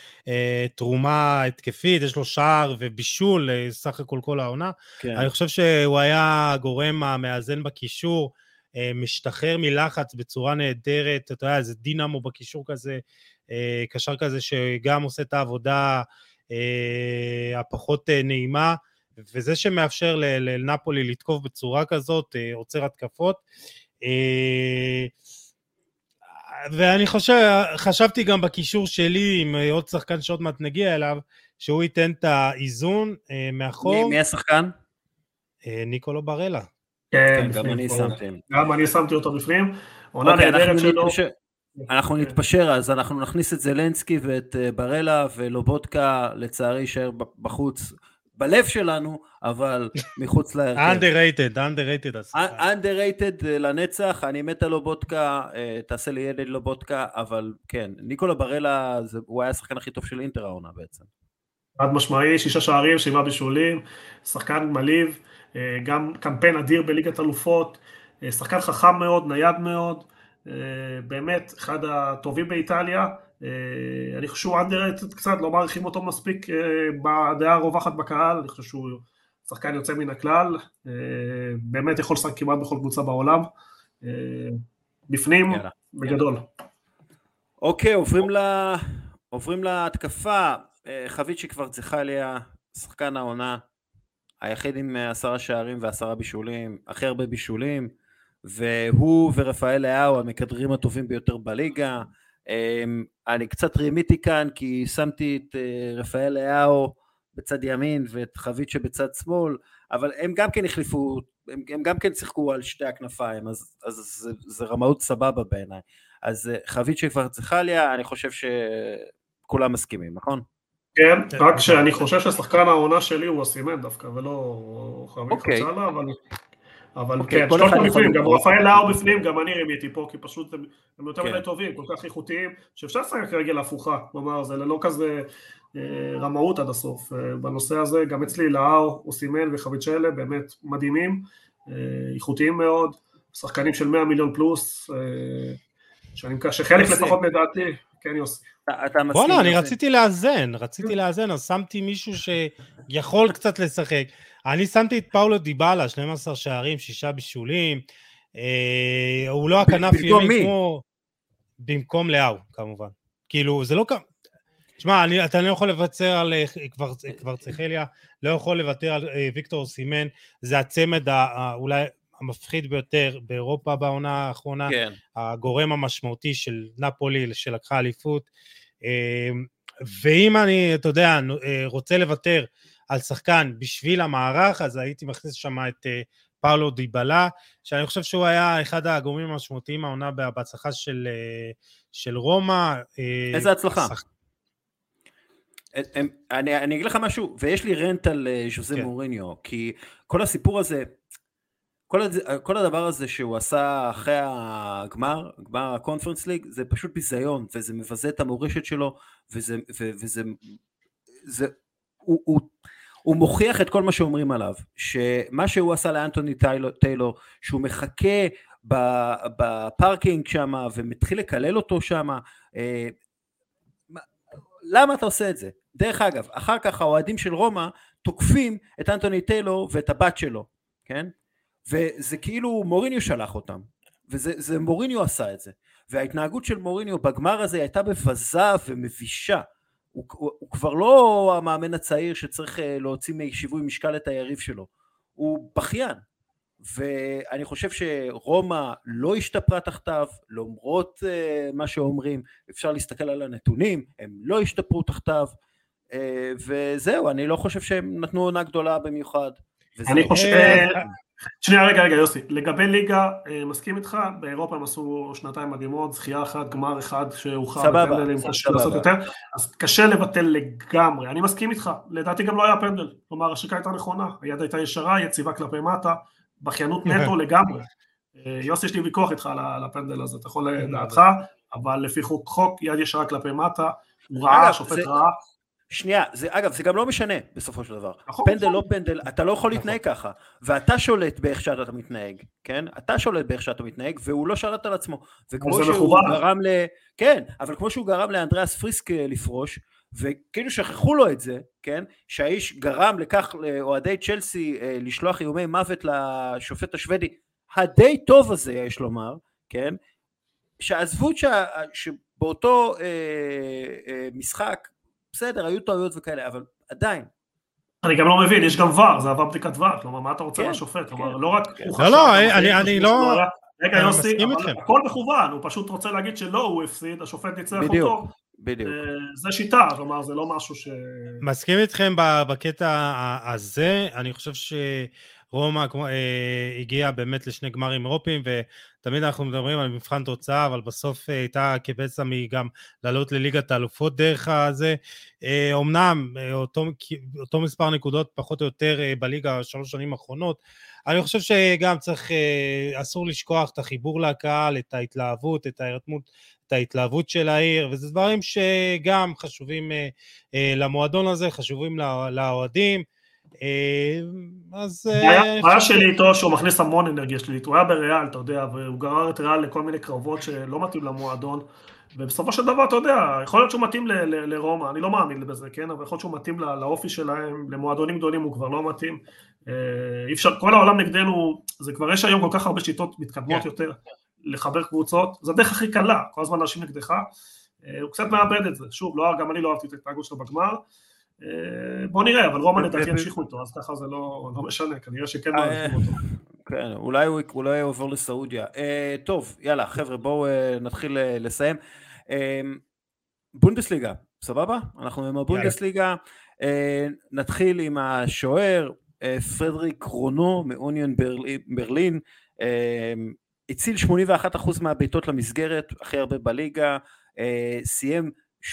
תרומה התקפית, יש לו שער ובישול, סך הכל כל העונה. כן. אני חושב שהוא היה הגורם המאזן בקישור, משתחרר מלחץ בצורה נהדרת, אתה יודע, זה דינמו בקישור כזה, קשר כזה שגם עושה את העבודה הפחות נעימה, וזה שמאפשר לנפולי לתקוף בצורה כזאת, עוצר התקפות. ואני חשבתי גם בקישור שלי, עם עוד שחקן שעוד מעט נגיע אליו, שהוא ייתן את האיזון מאחור. מי השחקן? ניקולו ברלה. כן, גם אני שמתי אותו בפנים. עונה נהדרת שלו. אנחנו נתפשר, אז אנחנו נכניס את זלנסקי ואת ברלה, ולובודקה לצערי יישאר בחוץ, בלב שלנו, אבל מחוץ להרכב. underrated לנצח, אני מת על לובודקה, תעשה לי ילד לובודקה, אבל כן, ניקולה ברלה, הוא היה השחקן הכי טוב של אינטר העונה בעצם. עד משמעי, 6 שערים, 7 בישולים, שחקן מליב, גם קמפיין אדיר בליגת אלופות, שחקן חכם מאוד, נייד מאוד, באמת אחד הטובים באיטליה, אני חושב שהוא underrated קצת, לא מעריכים אותו מספיק בדעה הרווחת בקהל, אני חושב שהוא שחקן יוצא מן הכלל, באמת יכול לשחק כמעט בכל קבוצה בעולם, בפנים בגדול. אוקיי, עוברים להתקפה, חביצ'י קוורצחליה, שחקן העונה, היחיד עם 10 שערים ו10 בישולים, הכי הרבה בישולים, והוא ורפאל לאהו המקדרים הטובים ביותר בליגה. אני קצת רימיתי כאן כי שמתי את רפאל לאהו בצד ימין ואת חביצ'ה בצד שמאל, אבל הם גם כן החליפו, הם גם כן שיחקו על שתי הכנפיים, אז זה רמאות סבבה בעיניי. אז חביצ'ה קוורצחליה, אני חושב שכולם מסכימים, נכון? כן, רק שאני חושב ששחקן העונה שלי הוא אוסימן דווקא, ולא חביב חצלה, אבל כן, שלושת בפנים, גם רפאל לאהו בפנים, גם אני רימיתי פה, כי פשוט הם יותר מדי טובים, כל כך איכותיים, שאפשר לשחק רגל הפוכה, כלומר, זה לא כזה רמאות עד הסוף. בנושא הזה, גם אצלי לאהו, אוסימן וחביצ'לה, באמת מדהימים, איכותיים מאוד, שחקנים של 100 מיליון פלוס, שחלק לפחות לדעתי, כן יוסי. בוא'נה, אני רציתי לאזן, אז שמתי מישהו שיכול קצת לשחק. אני שמתי את פאולו דיבאלה, 12 שערים, 6 בישולים, הוא לא הכנף ימין כמו... במקום לאהו, כמובן. כאילו, זה לא כמה... תשמע, אתה לא יכול לוותר על קוורצחליה, לא יכול לוותר על ויקטור אוסימן, זה הצמד אולי המפחיד ביותר באירופה בעונה האחרונה, כן. הגורם המשמעותי של נפולי שלקחה אליפות, ואם אני, אתה יודע, רוצה לוותר על שחקן בשביל המערך, אז הייתי מכניס שם את פאולו דיבאלה, שאני חושב שהוא היה אחד הגורמים המשמעותיים העונה בהצלחה של רומא. איזה הצלחה? אני אגיד לך משהו, ויש לי רנט על ז'וזה מוריניו, כי כל הסיפור הזה, כל הדבר הזה שהוא עשה אחרי הגמר הקונפרנס ליג, זה פשוט ביזיון, וזה מבזה את המורשת שלו, הוא מוכיח את כל מה שאומרים עליו, שמה שהוא עשה לאנטוני טיילור, שהוא מחכה בפארקינג שם, ומתחיל לקלל אותו שם, למה אתה עושה את זה? דרך אגב, אחר כך האוהדים של רומא תוקפים את אנטוני טיילור ואת הבת שלו, כן? וזה כאילו מוריניו שלח אותם, וזה מוריניו עשה את זה, וההתנהגות של מוריניו בגמר הזה הייתה מבזה ומבישה, הוא כבר לא המאמן הצעיר שצריך להוציא משיווי משקל את היריב שלו, הוא בכיין, ואני חושב שרומא לא השתפרה תחתיו, למרות מה שאומרים, אפשר להסתכל על הנתונים, הם לא השתפרו תחתיו, וזהו, אני לא חושב שהם נתנו עונה גדולה במיוחד. אני חושב... שנייה, רגע, יוסי, לגבי ליגה, מסכים איתך, באירופה הם עשו 2 מדהימות, זכייה אחת, גמר אחד שהוכל, סבבה, אז קשה לבטל לגמרי, אני מסכים איתך, לדעתי גם לא היה פנדל, כלומר השיקה הייתה נכונה, היד הייתה ישרה, יציבה כלפי מטה, בכיינות נטו לגמרי, יוסי יש לי ויכוח איתך על הפנדל הזה, אתה יכול לדעתך, אבל לפי חוק יד ישרה כלפי מטה, הוא רעה, שופט רעה, שנייה, אגב, זה גם לא משנה בסופו של דבר. פנדל לא פנדל, אתה לא יכול להתנהג ככה, ואתה שולט באיך שאתה מתנהג, כן? אתה שולט באיך שאתה מתנהג, והוא לא שולט על עצמו. וכמו שהוא גרם כן, אבל כמו שהוא גרם לאנדריאס פריסק לפרוש, וכאילו שכחו לו את זה, כן? שהאיש גרם לכך לאוהדי צ'לסי לשלוח איומי מוות לשופט השוודי, הדי טוב הזה, יש לומר, כן? שעזבו שבאותו משחק, בסדר, היו טעויות וכאלה, אבל עדיין. אני גם לא מבין, יש גם ור, זה עבר בדיקת ור, כלומר, מה אתה רוצה לשופט? כלומר, לא רק... לא, אני לא... רגע יוסי, אבל הכל מכוון, הוא פשוט רוצה להגיד שלא, הוא הפסיד, השופט ניצח אותו. בדיוק. זה שיטה, כלומר זה לא משהו מסכים איתכם בקטע הזה, אני חושב שרומא הגיע באמת לשני גמרים אירופיים, ותמיד אנחנו מדברים על מבחן תוצאה, אבל בסוף הייתה כבעצם היא גם לעלות לליגת האלופות דרך הזה, אמנם אותו מספר נקודות פחות או יותר בליגה 3 שנים האחרונות, אני חושב שגם צריך, אסור לשכוח את החיבור לקהל, את ההתלהבות, את ההירתמות, את ההתלהבות של העיר, וזה דברים שגם חשובים למועדון הזה, חשובים לאוהדים, אז... הבעיה שלי איתו שהוא מכניס המון אנרגיה שלילית, הוא היה בריאל, אתה יודע, והוא גרר את ריאל לכל מיני קרבות שלא מתאים למועדון, ובסופו של דבר, אתה יודע, יכול להיות שהוא מתאים לרומא, אני לא מאמין בזה, כן, אבל יכול להיות שהוא מתאים לאופי שלהם, למועדונים גדולים הוא כבר לא מתאים, אי אפשר, כל העולם נגדנו, זה כבר יש היום כל כך הרבה שיטות מתקדמות יותר, לחבר קבוצות, זה הדרך הכי קלה, כל הזמן אנשים נגדך, הוא קצת מאבד את זה, שוב, גם אני לא אהבתי את ההתנהגות שלו בגמר, בוא נראה, אבל רומא לדעתי ימשיכו איתו, אז ככה זה לא משנה, כנראה שכן מעריכים אותו. כן, אולי הוא עובר לסעודיה. טוב, יאללה, חבר'ה, בואו נתחיל לסיים. בונדסליגה, סבבה? אנחנו עם הבונדסליגה, נתחיל עם השוער, פרדריק רונו מאוניון ברלין, הציל 81% מהביתות למסגרת, הכי הרבה בליגה, סיים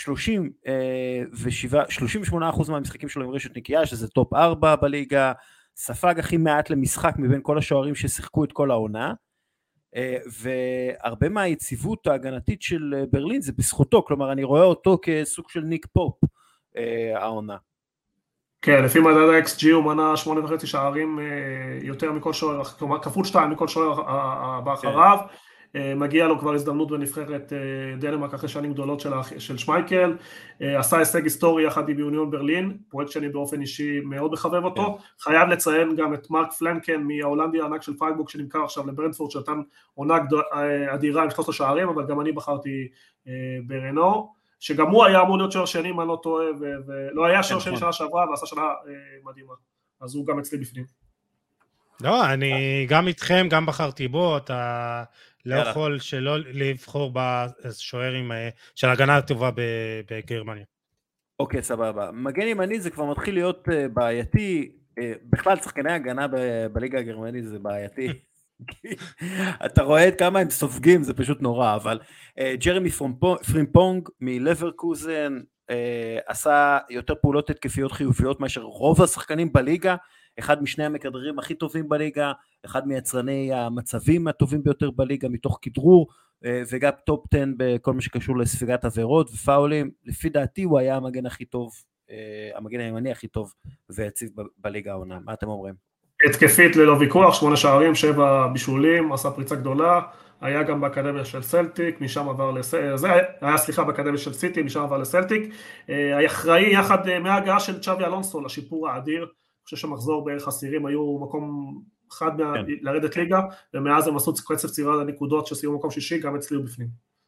38% מהמשחקים שלו עם רשת נקייה, שזה טופ 4 בליגה, ספג הכי מעט למשחק מבין כל השוערים ששיחקו את כל העונה, והרבה מהיציבות ההגנתית של ברלין זה בזכותו, כלומר אני רואה אותו כסוג של ניק פופ העונה. כן, לפי מדד ה-XG הוא מנה 8.5 שערים יותר מכל שוער, כלומר כפול 2 מכל שוער הבא אחריו, מגיע לו כבר הזדמנות בנבחרת דנמרק אחרי שנים גדולות של שמייקל, עשה הישג היסטורי יחד עם יוניון ברלין, פרויקט שאני באופן אישי מאוד מחבב אותו, חייב לציין גם את מרק פלנקן מההולנדי הענק של פרייבורג שנמכר עכשיו לברנדפורד, שנתן עונה אדירה עם 13 שערים, אבל גם אני בחרתי ברנו, שגם הוא היה אמור להיות שוער שני, מה לא טועה, ולא היה שוער שני שנה שעברה, ועשה שנה מדהימה, אז הוא גם אצלי בפנים. לא, אני גם איתכם, גם בחרתי בו, אתה לא יכול שלא לבחור בשוערים של הגנה הטובה בגרמניה. אוקיי, סבבה. מגן ימני זה כבר מתחיל להיות בעייתי, בכלל שחקני הגנה בליגה הגרמנית זה בעייתי. אתה רואה את כמה הם סופגים, זה פשוט נורא, אבל ג'רמי פרימפונג מלברקוזן עשה יותר פעולות התקפיות חיוביות מאשר רוב השחקנים בליגה, אחד משני המכדררים הכי טובים בליגה, אחד מיצרני המצבים הטובים ביותר בליגה מתוך כדרור, וגם טופ 10 בכל מה שקשור לספיגת עבירות ופאולים. לפי דעתי הוא היה המגן הכי טוב, המגן הימני הכי טוב ויציב בליגה העונה. מה אתם אומרים? התקפית ללא ויכוח, 8 שערים, 7 בישולים, עשה פריצה גדולה, היה גם באקדמיה של סלטיק, משם עבר באקדמיה של סיטי, משם עבר לסלטיק, היה אחראי יחד מההגעה של צ'אבי אלונסו לשיפור האדיר, אני חושב שמחזור בערך עשירים היו מקום אחד לרדת ליגה, ומאז הם עשו קצב צירה לנקודות שסיימו מקום שישי, גם אצלי ובפנים.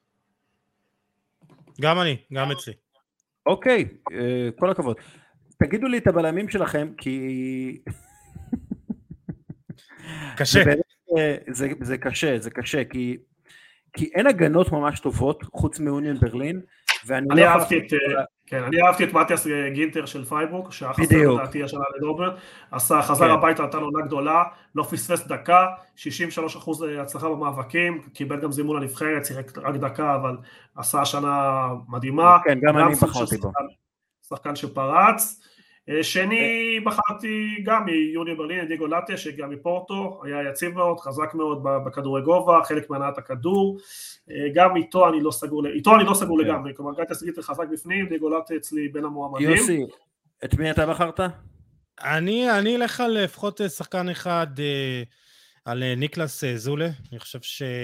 גם אני, גם אצלי. אוקיי, כל הכבוד. תגידו לי את הבלמים שלכם, כי... קשה. זה קשה, כי אין הגנות ממש טובות, חוץ מאוניון ברלין, אני אהבתי את מתיאס גינטר של פייבורג, שהחסר לדעתי השנה לדורטמונד, חזר הביתה, נתן עונה גדולה, לא פספס דקה, 63% הצלחה במאבקים, קיבל גם זימון לנבחרת, שיחק רק דקה, אבל עשה שנה מדהימה. כן, גם אני בחרתי בו. שחקן שפרץ. שני בחרתי גם מיוניון ברלין, דיגו לטיה, שגם מפורטו, היה יציב מאוד, חזק מאוד בכדורי גובה, חלק מהנעת הכדור, גם איתו אני לא סגור לגמרי, כלומר גייטס גיטר חזק בפנים, דיגו לטיה אצלי בין המועמדים. יוסי, את מי אתה בחרת? אני אלך על לפחות שחקן אחד, על ניקלס זולה, אני חושב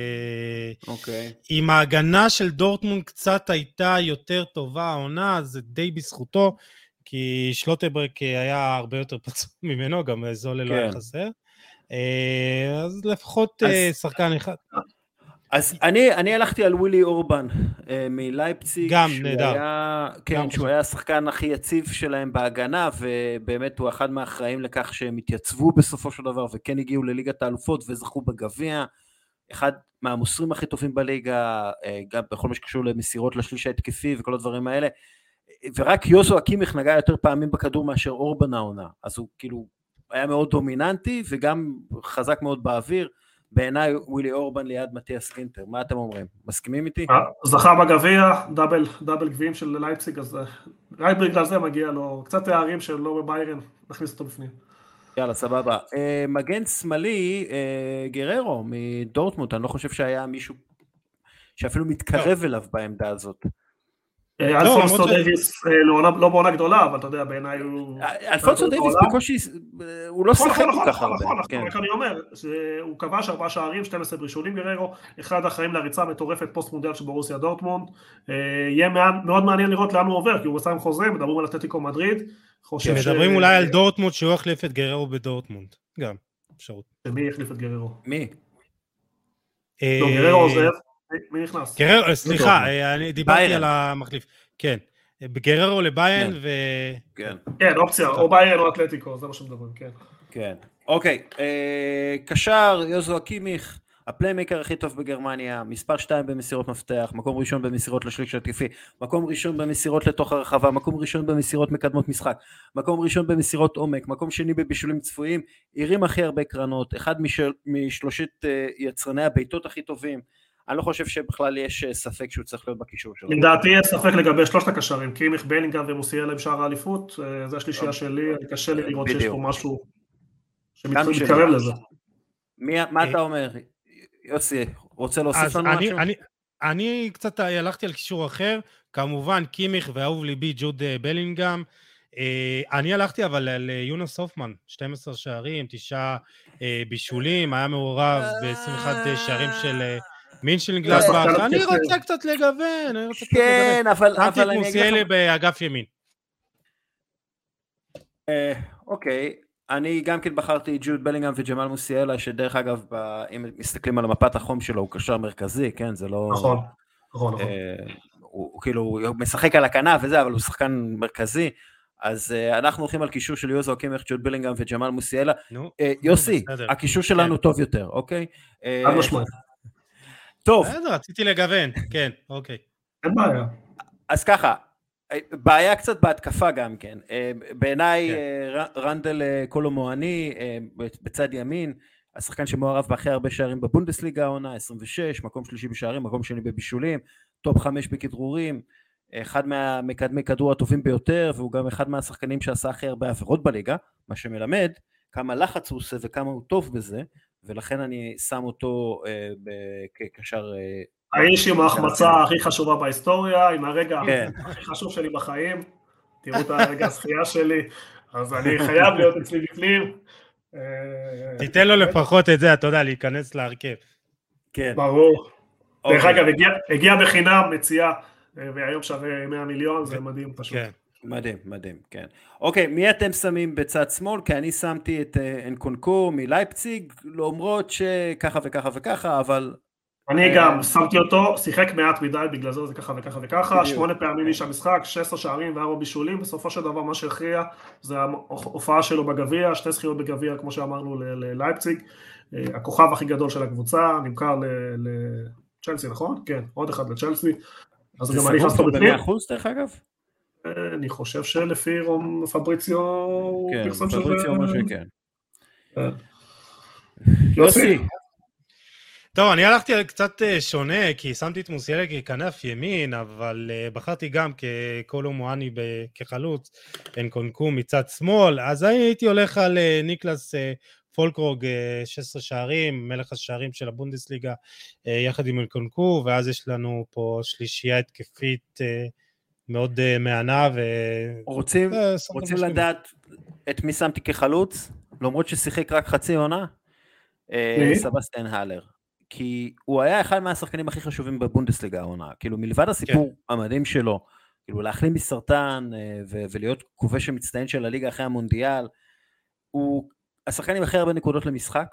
שאם ההגנה של דורטמונד קצת הייתה יותר טובה העונה, זה די בזכותו, כי שלוטברק היה הרבה יותר פצוע ממנו, גם זולה לא היה חסר, אז לפחות שחקן אחד. אז אני הלכתי על ווילי אורבן מלייפציג, גם נהדר. כן, שהוא היה השחקן הכי יציב שלהם בהגנה, ובאמת הוא אחד מהאחראים לכך שהם התייצבו בסופו של דבר, וכן הגיעו לליגת האלופות וזכו בגביע, אחד מהמוסרים הכי טובים בליגה, גם בכל מה שקשור למסירות לשליש ההתקפי וכל הדברים האלה, ורק יוזו קימיך נגע יותר פעמים בכדור מאשר אורבן העונה, אז הוא כאילו היה מאוד דומיננטי וגם חזק מאוד באוויר. בעיניי ווילי אורבן ליד מתיאס גינטר. מה אתם אומרים? מסכימים איתי? זכה בגביע, דאבל גביעים של לייפציג, אז רק בגלל זה מגיע לו קצת תארים שלא בביירן, נכניס אותו בפנים. יאללה, סבבה. מגן שמאלי, גררו מדורטמונד, אני לא חושב שהיה מישהו שאפילו מתקרב אליו בעמדה הזאת. אלפונסו דייביס לא בעונה גדולה, אבל אתה יודע, בעיניי הוא... אלפונסו דייביס בקושי, הוא לא שיחק כל כך הרבה. נכון, אני אומר, הוא כבש 4 שערים, 12 ברישולים גררו, אחד האחראים להריצה מטורפת פוסט מונדיאל של ברוסיה דורטמונד, יהיה מאוד מעניין לראות לאן הוא עובר, כי הוא עושה עם חוזה, מדברים על אתלטיקו מדריד, מדברים אולי על דורטמונד שהוא יחליף את גררו בדורטמונד, גם אפשרות. מי יחליף את גררו? מי? לא, גררו עוזב. מי נכנס? סליחה, אני דיברתי על המחליף. כן, בגררו לביירן ו... כן, אופציה, או ביירן או אתלטיקו, זה מה שמדברים, כן. כן, אוקיי, קשר, יוזו קימיך, הפליימקר הכי טוב בגרמניה, מספר 2 במסירות מפתח, מקום ראשון במסירות לשליש התקפי, מקום ראשון במסירות לתוך הרחבה, מקום ראשון במסירות מקדמות משחק, מקום ראשון במסירות עומק, מקום שני בבישולים צפויים, הרים הכי הרבה קרנות, אחד משלושת יצרני הביתות הכי טובים. אני לא חושב שבכלל יש ספק שהוא צריך להיות בקישור שלו. לדעתי יש ספק לגבי 3 הקשרים, קימיך, בלינגהאם ומוסיאלה בשער האליפות, זה השלישייה שלי, קשה לי לראות שיש פה משהו שמתקרב לזה. מה אתה אומר? יוסי, רוצה להוסיף לנו משהו? אני קצת הלכתי על קישור אחר, כמובן קימיך ואהוב ליבי ג'וד בלינגהאם, אני הלכתי אבל על יונס הופמן, 12 שערים, 9 בישולים, היה מעורב ב-21 שערים של מינשלנגלדבך, אני רוצה קצת לגוון, כן, אבל שמתי את מוסיאלה באגף ימין. אוקיי, אני גם כן בחרתי ג'וד בלינגהאם וג'מאל מוסיאלה, שדרך אגב, אם מסתכלים על מפת החום שלו, הוא קשר מרכזי, כן, זה לא... נכון. הוא כאילו, הוא משחק על הכנף וזה, אבל הוא שחקן מרכזי, אז אנחנו הולכים על קישור של יוזו קימיך, ג'וד בלינגהאם וג'מאל מוסיאלה. יוסי, הקישור שלנו טוב יותר, אוקיי? עד משמעית. טוב. רציתי לגוון, כן, אוקיי. אין בעיה. אז ככה, בעיה קצת בהתקפה גם כן. בעיניי רנדל קולומואני בצד ימין, השחקן שמעורב בהכי הרבה שערים בבונדסליגה העונה, 26, מקום שלישי בשערים, מקום שני בבישולים, טופ 5 בכדרורים, אחד מהמקדמי כדור הטובים ביותר, והוא גם אחד מהשחקנים שעשה הכי הרבה עבירות בליגה, מה שמלמד כמה לחץ הוא עושה וכמה הוא טוב בזה, ולכן אני שם אותו כקשר... האיש עם ההחמצה הכי חשובה בהיסטוריה, עם הרגע הכי חשוב שלי בחיים, תראו את הרגע הזכייה שלי, אז אני חייב להיות אצלי בפנים. תיתן לו לפחות את זה, אתה יודע, להיכנס להרכב. כן. ברור. דרך אגב, הגיע בחינם, מציאה, והיום שווה 100 מיליון, זה מדהים פשוט. מדהים, מדהים, כן. אוקיי, מי אתם שמים בצד שמאל? כי אני שמתי את אנקונקו מלייפציג, למרות שככה וככה וככה, אבל... אני גם שמתי אותו, שיחק מעט מדי, בגלל זה ככה וככה וככה, 8 פעמים איש המשחק, 16 שערים ו4 בישולים, בסופו של דבר מה שהכריע, זה ההופעה שלו בגביע, 2 זכיות בגביע, כמו שאמרנו ללייפציג, הכוכב הכי גדול של הקבוצה, נמכר לצ'לסי, נכון? כן, עוד אחד לצ'לסי. זה סגור פה ב100% דרך אגב? אני חושב שלפי פבריציו... כן, פבריציו אומר שכן. יוסי. טוב, אני הלכתי קצת שונה, כי שמתי את מוסיאלה ככנף ימין, אבל בחרתי גם כקולומואני כחלוץ, אנקונקו מצד שמאל, אז הייתי הולך על ניקלס פולקרוג, 16 שערים, מלך השערים של הבונדסליגה, יחד עם אנקונקו, ואז יש לנו פה שלישייה התקפית מאוד מענה, רוצים לדעת את מי שמתי כחלוץ, למרות ששיחק רק חצי עונה, סבסטיאן האלר. כי הוא היה אחד מהשחקנים הכי חשובים בבונדסליגה העונה, כאילו מלבד הסיפור המדהים שלו, כאילו להחלים מסרטן ולהיות כובש המצטיין של הליגה אחרי המונדיאל, הוא השחקן עם הכי הרבה נקודות למשחק,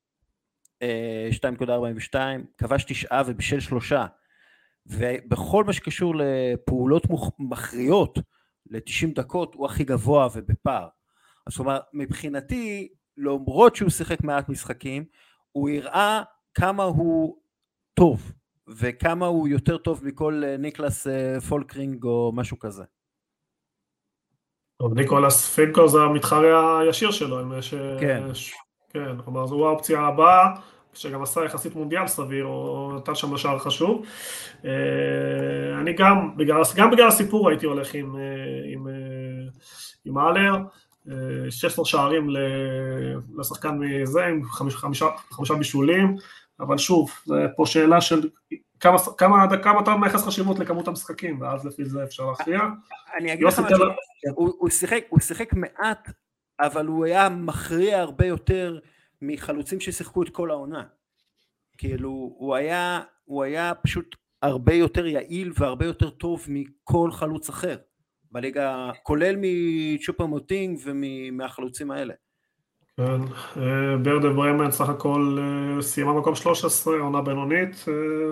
2.42, כבש 9 ובשל 3, ובכל מה שקשור לפעולות מכריעות ל-90 דקות, הוא הכי גבוה ובפער. זאת אומרת, מבחינתי, למרות שהוא שיחק מעט משחקים, הוא הראה כמה הוא טוב, וכמה הוא יותר טוב מכל ניקלס פולקרינג או משהו כזה. טוב, ניקולס פינקו זה המתחרה הישיר שלו, כן. כן, כלומר, הוא האופציה הבאה, שגם עשה יחסית מונדיאל סביר, או נתן שם לשער חשוב. אני גם בגלל הסיפור הייתי הולך עם אלר, 16 שערים לשחקן מזה, עם 5 בישולים, אבל שוב, זה פה שאלה של כמה אתה מייחס חשיבות לכמות המשחקים, ואז לפי זה אפשר להכריע. אני אגיד לך משהו, הוא שיחק מעט, אבל הוא היה מכריע הרבה יותר מחלוצים ששיחקו את כל העונה. כאילו, הוא היה פשוט הרבה יותר יעיל והרבה יותר טוב מכל חלוץ אחר בליגה, כולל מצ'ופו-מוטינג ומהחלוצים האלה. כן, ברדה ברמן סך הכל סיימה מקום 13, עונה בינונית.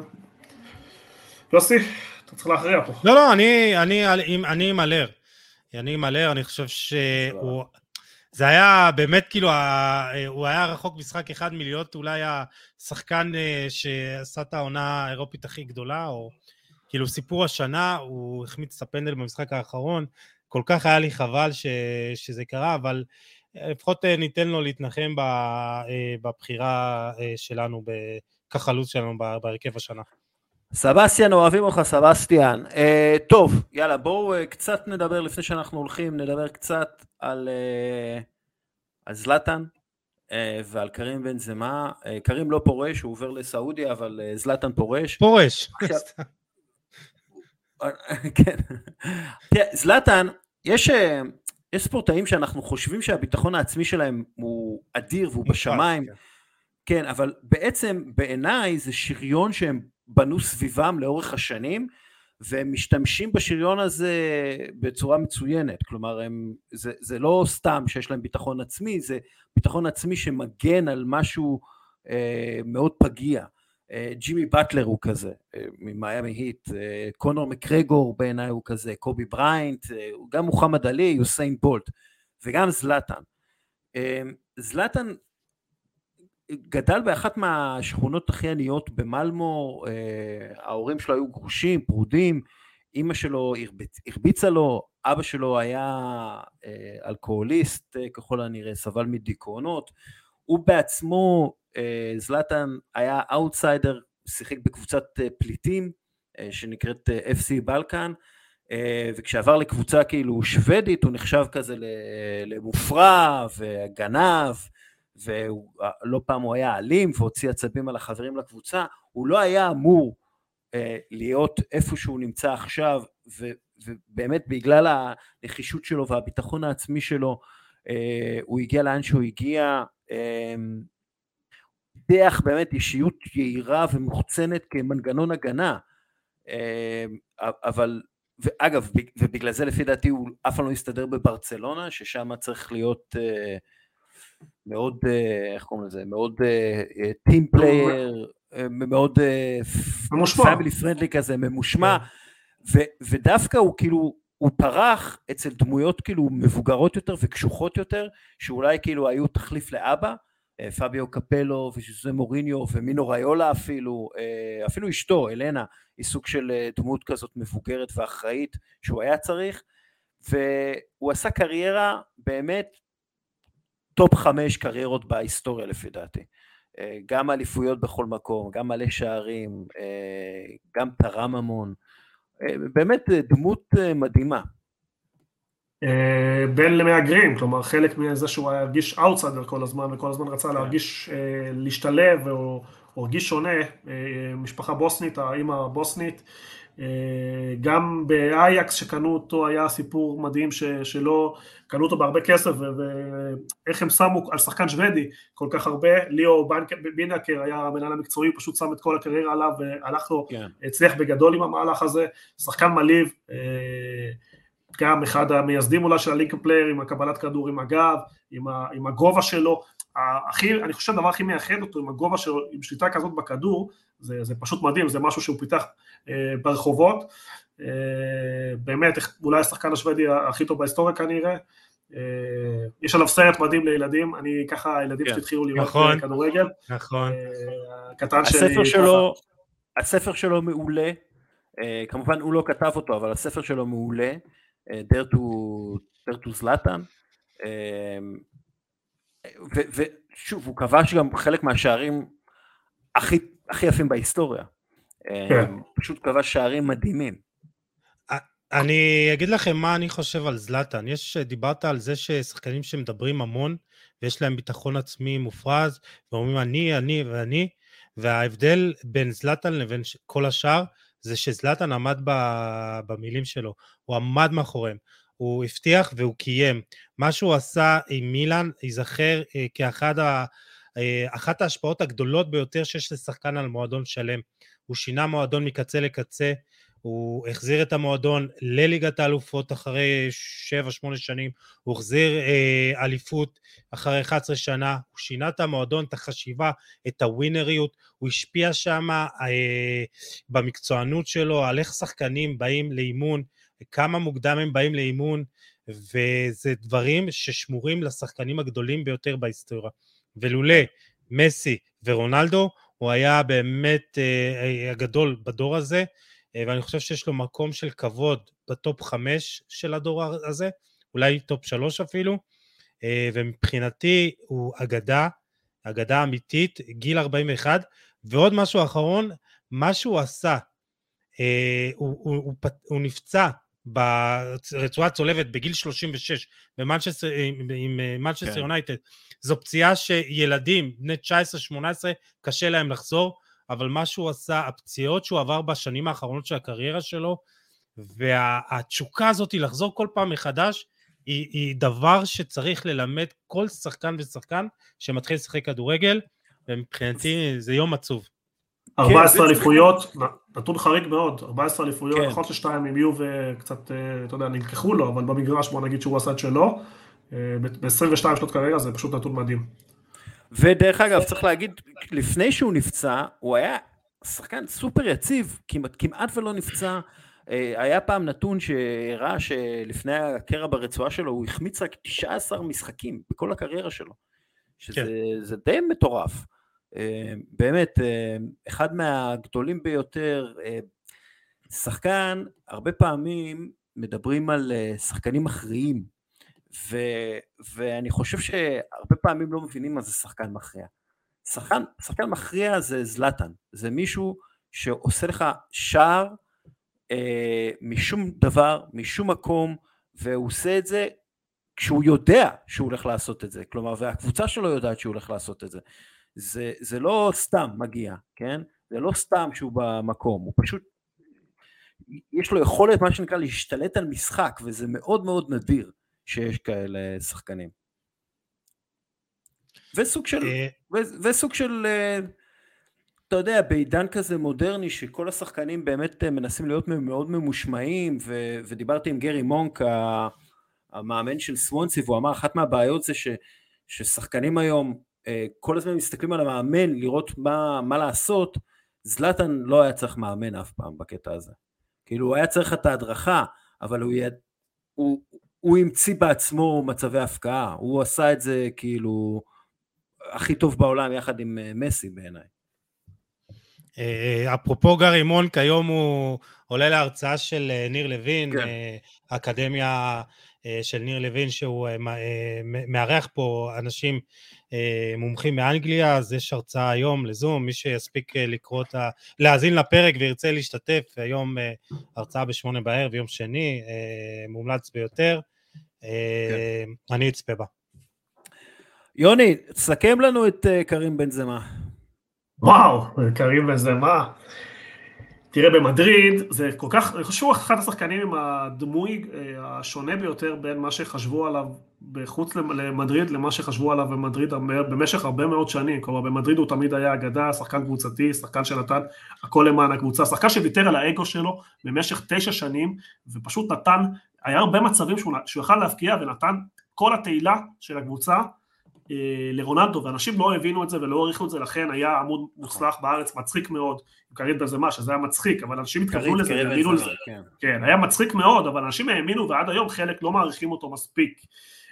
יוסי, אתה צריך להכריע פה. לא, אני עם אלר. אני חושב שהוא... זה היה באמת כאילו, הוא היה רחוק משחק אחד מלהיות אולי השחקן שעשה את העונה האירופית הכי גדולה, או כאילו סיפור השנה, הוא החמיץ את הפנדל במשחק האחרון, כל כך היה לי חבל שזה קרה, אבל לפחות ניתן לו להתנחם בבחירה שלנו, כחלוץ שלנו בהרכב השנה. סבסטיאן, אוהבים אותך סבסטיאן. טוב, יאללה, בואו קצת נדבר, לפני שאנחנו הולכים, נדבר קצת על זלאטן ועל קרים בנזמה. קרים לא פורש, הוא עובר לסעודיה, אבל זלאטן פורש. כן. זלאטן, יש ספורטאים שאנחנו חושבים שהביטחון העצמי שלהם הוא אדיר והוא בשמיים. כן, אבל בעצם בעיניי זה שריון שהם בנו סביבם לאורך השנים, והם משתמשים בשריון הזה בצורה מצוינת. כלומר, זה לא סתם שיש להם ביטחון עצמי, זה ביטחון עצמי שמגן על משהו מאוד פגיע. ג'ימי באטלר הוא כזה, ממייאמי היט, קונור מקרגור בעיניי הוא כזה, קובי בריינט, גם מוחמד עלי, יוסיין בולט, וגם זלאטן. זלאטן גדל באחת מהשכונות הכי עניות במלמו, ההורים שלו היו גרושים, פרודים, אמא שלו הרביצה לו, אבא שלו היה אלכוהוליסט, ככל הנראה סבל מדיכאונות, הוא בעצמו, זלאטן היה אאוטסיידר, שיחק בקבוצת פליטים, שנקראת FC בלקן, וכשעבר לקבוצה כאילו שוודית, הוא נחשב כזה למופרע וגנב, ולא פעם הוא היה אלים והוציא עצבים על החברים לקבוצה, הוא לא היה אמור להיות איפה שהוא נמצא עכשיו, ובאמת בגלל הנחישות שלו והביטחון העצמי שלו, הוא הגיע לאן שהוא הגיע, פיתח באמת אישיות יעירה ומוחצנת כמנגנון הגנה, אבל, ואגב, ובגלל זה לפי דעתי הוא אף פעם לא יסתדר בברצלונה, ששם צריך להיות מאוד, איך קוראים לזה, מאוד טים פלייר, מאוד פאמילי פרנדלי כזה, ממושמע, ודווקא הוא כאילו, הוא פרח אצל דמויות כאילו מבוגרות יותר וקשוחות יותר, שאולי כאילו היו תחליף לאבא, פאביו קפלו וז'וזה מוריניו ומינו ריולה אפילו אשתו, אלנה, היא סוג של דמות כזאת מבוגרת ואחראית שהוא היה צריך, והוא עשה קריירה באמת טופ 5 קריירות בהיסטוריה לפי דעתי, גם אליפויות בכל מקום, גם מלא שערים, גם תרם המון, באמת דמות מדהימה. בין למהגרים, כלומר חלק מזה שהוא הרגיש אאוטסיידר כל הזמן, וכל הזמן רצה להרגיש, להשתלב, או הרגיש שונה, משפחה בוסנית, האמא בוסנית, גם באייקס שקנו אותו היה סיפור מדהים שלא קנו אותו בהרבה כסף, ואיך הם שמו על שחקן שוודי כל כך הרבה, ליאו בינקר היה המנהל המקצועי, הוא פשוט שם את כל הקריירה עליו, והלך לו, הצליח בגדול עם המהלך הזה, שחקן מליב, גם אחד המייסדים אולי של הלינק פלייר, עם הקבלת כדור עם הגב, עם הגובה שלו, אני חושב הדבר הכי מייחד אותו, עם הגובה שלו, עם שליטה כזאת בכדור, זה פשוט מדהים, זה משהו שהוא פיתח ברחובות, באמת אולי השחקן השוודי הכי טוב בהיסטוריה כנראה, יש עליו סרט מדהים לילדים, אני ככה, הילדים שהתחילו לראות כדורגל. נכון. הקטן שלי... הספר שלו מעולה, כמובן הוא לא כתב אותו, אבל הספר שלו מעולה, Dare to Zlatan, ושוב, הוא כבש גם חלק מהשערים הכי יפים בהיסטוריה, פשוט כבש שערים מדהימים. אני אגיד לכם מה אני חושב על זלאטן, דיברת על זה ששחקנים שמדברים המון, ויש להם ביטחון עצמי מופרז, ואומרים אני, וההבדל בין זלאטן לבין כל השאר, זה שזלאטן עמד במילים שלו, הוא עמד מאחוריהם, הוא הבטיח והוא קיים, מה שהוא עשה עם מילאן, ייזכר כאחת ההשפעות הגדולות ביותר שיש לשחקן על מועדון שלם, הוא שינה מועדון מקצה לקצה, הוא החזיר את המועדון לליגת האלופות אחרי 7-8 שנים, הוא החזיר אליפות אחרי 11 שנה, הוא שינה את המועדון, את החשיבה, את הווינריות, הוא השפיע שם במקצוענות שלו, על איך שחקנים באים לאימון, כמה מוקדם הם באים לאימון, וזה דברים ששמורים לשחקנים הגדולים ביותר בהיסטוריה, ולולא מסי ורונלדו, הוא היה באמת הגדול בדור הזה, ואני חושב שיש לו מקום של כבוד בטופ 5 של הדור הזה, אולי טופ 3 אפילו, ומבחינתי הוא אגדה אמיתית, גיל 41, ועוד משהו אחרון, מה שהוא עשה, הוא נפצע ברצועה צולבת בגיל 36, עם מנצ'סטר יונייטד, זו פציעה שילדים, בני 19-18, קשה להם לחזור, אבל מה שהוא עשה, הפציעות שהוא עבר בשנים האחרונות של הקריירה שלו, והתשוקה הזאת לחזור כל פעם מחדש, היא דבר שצריך ללמד כל שחקן ושחקן שמתחיל לשחק כדורגל, ומבחינתי זה יום עצוב. 14 אליפויות, נתון חריג מאוד, 14 אליפויות, נכון ששתיים הם יהיו וקצת, אתה יודע, נלקחו לו, אבל במגרש בוא נגיד שהוא עשה את שלו, ב-22 שנות קריירה זה פשוט נתון מדהים. ודרך אגב, צריך להגיד, לפני שהוא נפצע, הוא היה שחקן סופר יציב, כמעט ולא נפצע, היה פעם נתון שהראה שלפני הקרע ברצועה שלו, הוא החמיץ רק 19 משחקים בכל הקריירה שלו, שזה די מטורף. באמת, אחד מהגדולים ביותר, שחקן, הרבה פעמים מדברים על שחקנים מכריעים, ואני חושב שהרבה פעמים לא מבינים מה זה שחקן מכריע. שחקן מכריע זה זלאטן, זה מישהו שעושה לך שער משום דבר, משום מקום, והוא עושה את זה כשהוא יודע שהוא הולך לעשות את זה, כלומר, והקבוצה שלו יודעת שהוא הולך לעשות את זה. זה לא סתם מגיע, כן? זה לא סתם שהוא במקום, הוא פשוט, יש לו יכולת מה שנקרא להשתלט על משחק, וזה מאוד מאוד נדיר שיש כאלה שחקנים. וסוג של, אתה יודע, בעידן כזה מודרני, שכל השחקנים באמת מנסים להיות מאוד ממושמעים, ודיברתי עם גרי מונק, המאמן של סוונסי, והוא אמר, אחת מהבעיות זה ששחקנים היום, כל הזמן מסתכלים על המאמן, לראות מה לעשות, זלאטן לא היה צריך מאמן אף פעם בקטע הזה. כאילו הוא היה צריך את ההדרכה, אבל הוא המציא בעצמו מצבי הפקעה, הוא עשה את זה כאילו הכי טוב בעולם יחד עם מסי בעיניי. אפרופו גרי מונק, היום הוא עולה להרצאה של ניר לוין, האקדמיה של ניר לוין, שהוא מארח פה אנשים מומחים מאנגליה, אז יש הרצאה היום לזום, מי שיספיק להאזין לפרק וירצה להשתתף, היום הרצאה ב8 בערב, יום שני, מומלץ ביותר, אני אצפה בה. יוני, תסכם לנו את קרים בנזמה. וואו, קרים בנזמה. תראה, במדריד, זה כל כך, אני חושב, אחד השחקנים עם הדמוי השונה ביותר בין מה שחשבו עליו בחוץ למדריד, למה שחשבו עליו במדריד במשך הרבה מאוד שנים. כלומר, במדריד הוא תמיד היה אגדה, שחקן קבוצתי, שחקן שנתן הכל למען הקבוצה, שחקן שוויתר על האגו שלו במשך 9 שנים, ופשוט נתן, היה הרבה מצבים שהוא יכל להפקיע, ונתן כל התהילה של הקבוצה לרונלדו, ואנשים לא הבינו את זה ולא העריכו את זה, לכן היה עמוד מוצלח בארץ, מצחיק מאוד, קרין בנזמה, שזה היה מצחיק, אבל אנשים התכוונו לזה, האמינו לזה, כן, היה מצחיק מאוד, אבל אנשים האמינו, ועד היום חלק לא מעריכים אותו מספיק.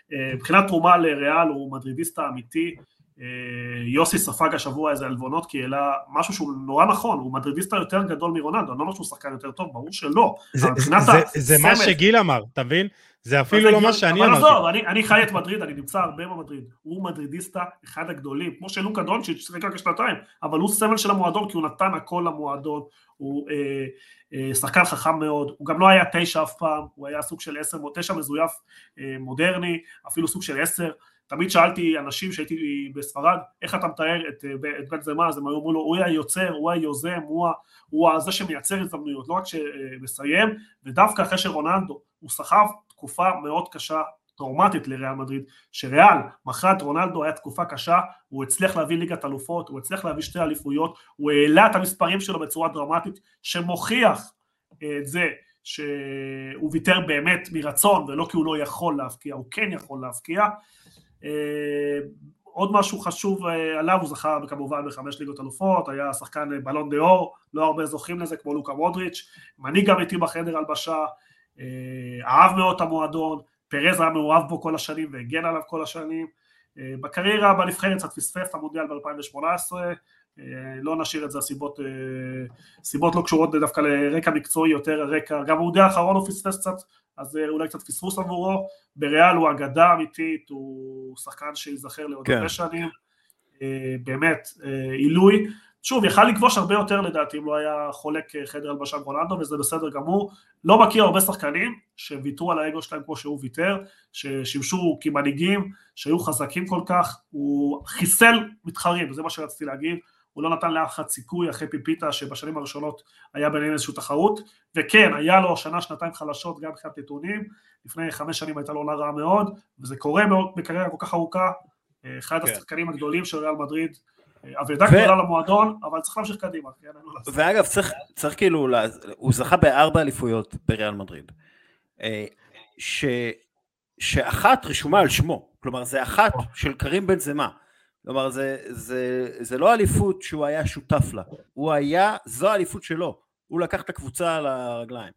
מבחינת תרומה לריאל הוא מדרידיסטה אמיתי, יוסי ספג השבוע איזה אלבונות, כי אלא משהו שהוא נורא נכון, הוא מדרידיסטה יותר גדול מרונלדו, אני לא אומר שהוא שחקן יותר טוב, ברור שלא. זה מה שגיל אמר, אתה מבין? זה אפילו לא מה שאני אמרתי. אבל עזוב, אני חי את מדריד, אני נמצא הרבה במדריד, הוא מדרידיסטה אחד הגדולים, כמו שלוקה דונצ'יץ' שיחק רק כשנתיים, אבל הוא סמל של המועדון, כי הוא נתן הכל למועדון, הוא שחקן חכם מאוד, הוא גם לא היה 9 אף פעם, הוא היה סוג של 10 או 9 מזויף מודרני, אפילו סוג של 10, תמיד שאלתי אנשים שהייתי בספרד, איך אתה מתאר את בנזמה, אז הם אמרו לו, הוא היה יוצר, הוא היה יוזם, הוא זה שמייצר הזדמנויות, לא רק שמסיים, ודווקא אחרי שרונלדו, הוא סחב תקופה מאוד קשה, טראומטית לריאל מדריד, שריאל, מחרת רונלדו היה תקופה קשה, הוא הצליח להביא ליגת אלופות, הוא הצליח להביא 2 אליפויות, הוא העלה את המספרים שלו בצורה דרמטית, שמוכיח את זה, שהוא ויתר באמת מרצון, ולא כי הוא לא יכול להפקיע, הוא כן יכול להפקיע. עוד משהו חשוב עליו, הוא זכה כמובן ב5 ליגות אלופות, היה שחקן בלון דה אור, לא הרבה זוכים לזה כמו לוקה מודריץ', מנהיג אמיתי בחדר הלבשה, אהב מאוד את המועדון, פרז היה מעורב בו כל השנים והגן עליו כל השנים, בקריירה בנבחרת קצת פספס המונדיאל ב-2018, לא נשאיר את זה, סיבות לא קשורות דווקא לרקע מקצועי, יותר רקע, גם במונדיאל האחרון הוא פספס קצת, אז אולי קצת פספוס עבורו, בריאל הוא אגדה אמיתית, הוא שחקן שיזכר לעוד הרבה שנים, באמת עילוי, שוב, יכל לכבוש הרבה יותר לדעתי, אם לא היה חולק חדר הלבשה עם רונלדו, וזה בסדר גמור, לא מכיר הרבה שחקנים שוויתרו על האגו שלהם כמו שהוא ויתר, ששימשו כמנהיגים, שהיו חזקים כל כך, הוא חיסל מתחרים, וזה מה שרציתי להגיד, הוא לא נתן לאחד סיכוי אחרי פיפיטה, שבשנים הראשונות היה ביניהם איזושהי תחרות, וכן, היה לו שנתיים חלשות, גם מבחינת נתונים, לפני 5 שנים הייתה לו עונה רעה מאוד, וזה קורה מאוד בקריירה כל כך ארוכה, אחד השחקנים הגדולים של ריאל מדריד, אבדה גדולה למועדון, אבל צריך להמשיך קדימה. ואגב, צריך כאילו, הוא זכה ב4 אליפויות בריאל מדריד, שאחת רשומה על שמו, כלומר זה אחת של קרים בנזמה, כלומר זה לא אליפות שהוא היה שותף לה, זו האליפות שלו, הוא לקח את הקבוצה על הרגליים.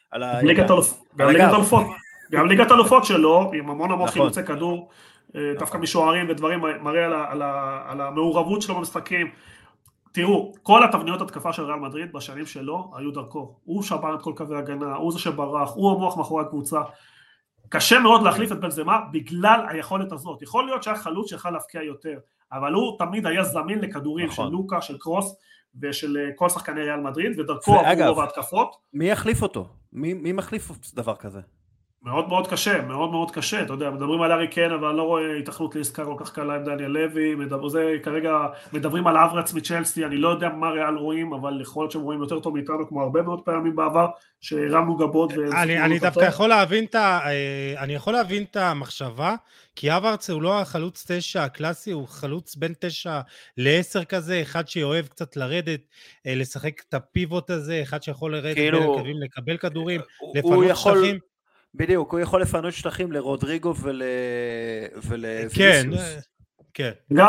גם ליגת אלופות שלו, עם המון חילוצי כדור, דווקא משוערים ודברים, מראה על המעורבות שלו במשחקים. תראו, כל התבניות התקפה של ריאל מדריד בשנים שלו היו דרכו, הוא שבר את כל קווי הגנה, הוא זה שברח, הוא המוח מאחורי הקבוצה, קשה מאוד להחליף את בנזמה בגלל היכולת הזאת, יכול להיות שהיה חלוץ שיכל להפקיע יותר, אבל הוא תמיד היה זמין לכדורים של לוקה, של קרוס, ושל כל שחקני ריאל מדריד, ודרכו עבורו בהתקפות. מי יחליף אותו? מי מחליף דבר כזה? מאוד מאוד קשה, מאוד מאוד קשה, אתה יודע, מדברים על ארי קיין, אבל אני לא רואה התכנות לעסקה כל כך קלה עם דניאל לוי, כרגע מדברים על אברץ מצ'לסי, אני לא יודע מה ריאל רואים, אבל יכול להיות שהם רואים יותר טוב מאיתנו, כמו הרבה מאוד פעמים בעבר, שהרמנו גבות. אני דווקא יכול להבין את המחשבה, כי אברץ הוא לא החלוץ 9 הקלאסי, הוא חלוץ בין 9 ל-10 כזה, אחד שאוהב קצת לרדת, לשחק את הפיבוט הזה, אחד שיכול לרדת בין הקווים, לקבל כדורים, לפנות שטחים. בדיוק, הוא יכול לפנות שטחים לרודריגו ולוויניסיוס. כן.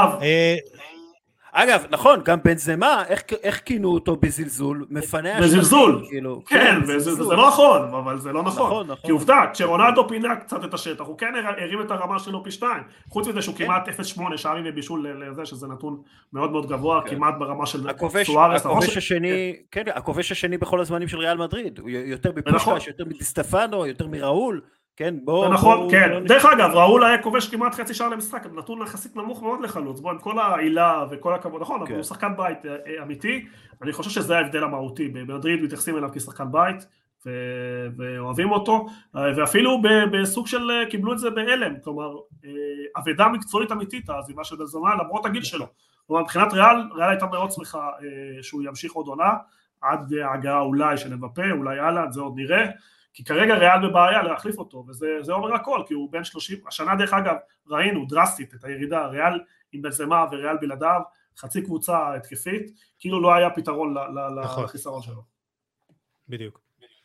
אגב, נכון, גם בנזמה, איך כינו אותו בזלזול? מפנה השטחים. בזלזול, כן, זה לא נכון, אבל זה לא נכון. כי עובדה, כשרונלדו פינה קצת את השטח, הוא כן הרים את הרמה שלו פי 2. חוץ מזה שהוא כמעט 0.8 שערים ובישול לזה, שזה נתון מאוד מאוד גבוה, כמעט ברמה של סוארס. הכובש השני בכל הזמנים של ריאל מדריד, הוא יותר בפושקש, יותר מדיסטפנו, יותר מראול. כן, נכון, כן. דרך אגב, ראול היה כובש כמעט חצי שעה למשחק, נתון יחסית נמוך מאוד לחלוץ, בוא, עם כל העילה וכל הכבוד, נכון, אבל הוא שחקן בית אמיתי, אני חושב שזה ההבדל המהותי, במדריד מתייחסים אליו כשחקן בית, ואוהבים אותו, ואפילו בסוג של, קיבלו את זה בהלם, כלומר, עבודה מקצועית אמיתית, העזיבה של בנזמה, למרות הגיל שלו, כלומר, מבחינת ריאל הייתה מאוד שמחה שהוא ימשיך עוד עונה, עד ההגעה אולי של אמבפה, אולי הלאה, זה עוד נראה, כי כרגע ריאל בבעיה להחליף אותו, וזה אומר הכל, כי הוא בן 30, השנה דרך אגב ראינו דרסטית את הירידה, ריאל עם בנזמה וריאל בלעדיו, חצי קבוצה התקפית, כאילו לא היה פתרון לחיסרון שלו. בדיוק.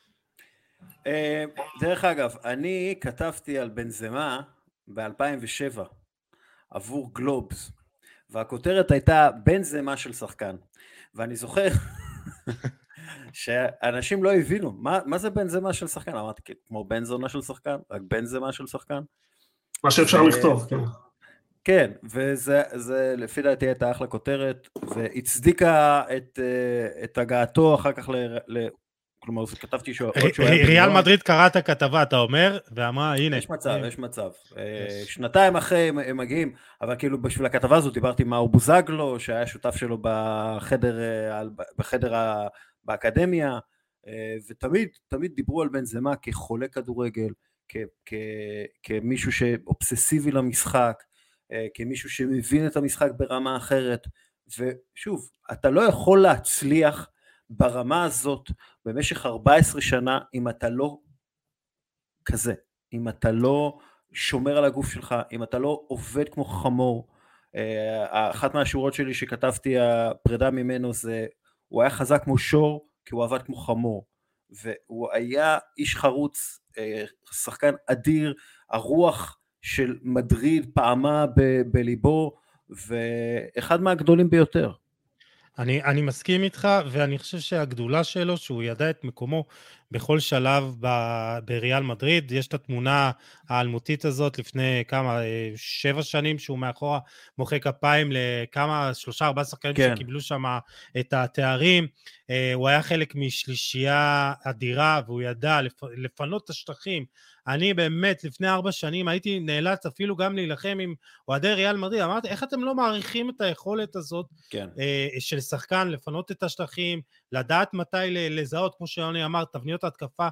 דרך אגב, אני כתבתי על בנזמה ב-2007, עבור גלובס, והכותרת הייתה בנזמה של שחקן, ואני זוכר... שאנשים לא הבינו, מה זה בנזמה של שחקן? אמרתי, כמו בנזונה של שחקן? רק בנזמה של שחקן? מה שאפשר לכתוב, כן. כן, וזה לפי דעתי הייתה אחלה כותרת, והצדיקה את הגעתו אחר כך כלומר, כתבתי ריאל מדריד קרא את הכתבה, אתה אומר, ואמרה, הנה. יש מצב. שנתיים אחרי הם מגיעים, אבל כאילו בשביל הכתבה הזאת דיברתי מאור בוזגלו, שהיה שותף שלו בחדר באקדמיה, ותמיד דיברו על בנזמה כחולה כדורגל, כמישהו שאובססיבי למשחק, כמישהו שמבין את המשחק ברמה אחרת, ושוב, אתה לא יכול להצליח ברמה הזאת במשך 14 שנה אם אתה לא כזה, אם אתה לא שומר על הגוף שלך, אם אתה לא עובד כמו חמור. אחת מהשורות שלי שכתבתי הפרידה ממנו זה, הוא היה חזק כמו שור כי הוא עבד כמו חמור, והוא היה איש חרוץ, שחקן אדיר, הרוח של מדריד פעמה בליבו, ואחד מהגדולים ביותר. אני מסכים איתך, ואני חושב שהגדולה שלו, שהוא ידע את מקומו בכל שלב בריאל מדריד, יש את התמונה האלמותית הזאת לפני כמה, 7 שנים, שהוא מאחורה מוחא כפיים לכמה, 3-4 שחקנים כן. שקיבלו שם את התארים, הוא היה חלק משלישייה אדירה, והוא ידע לפנות את השטחים. אני באמת לפני 4 שנים הייתי נאלץ אפילו גם להילחם עם אוהדי ריאל מדריד, אמרתי איך אתם לא מעריכים את היכולת הזאת כן. של שחקן לפנות את השטחים, לדעת מתי לזהות, כמו שיוני אמר, תבניות ההתקפה,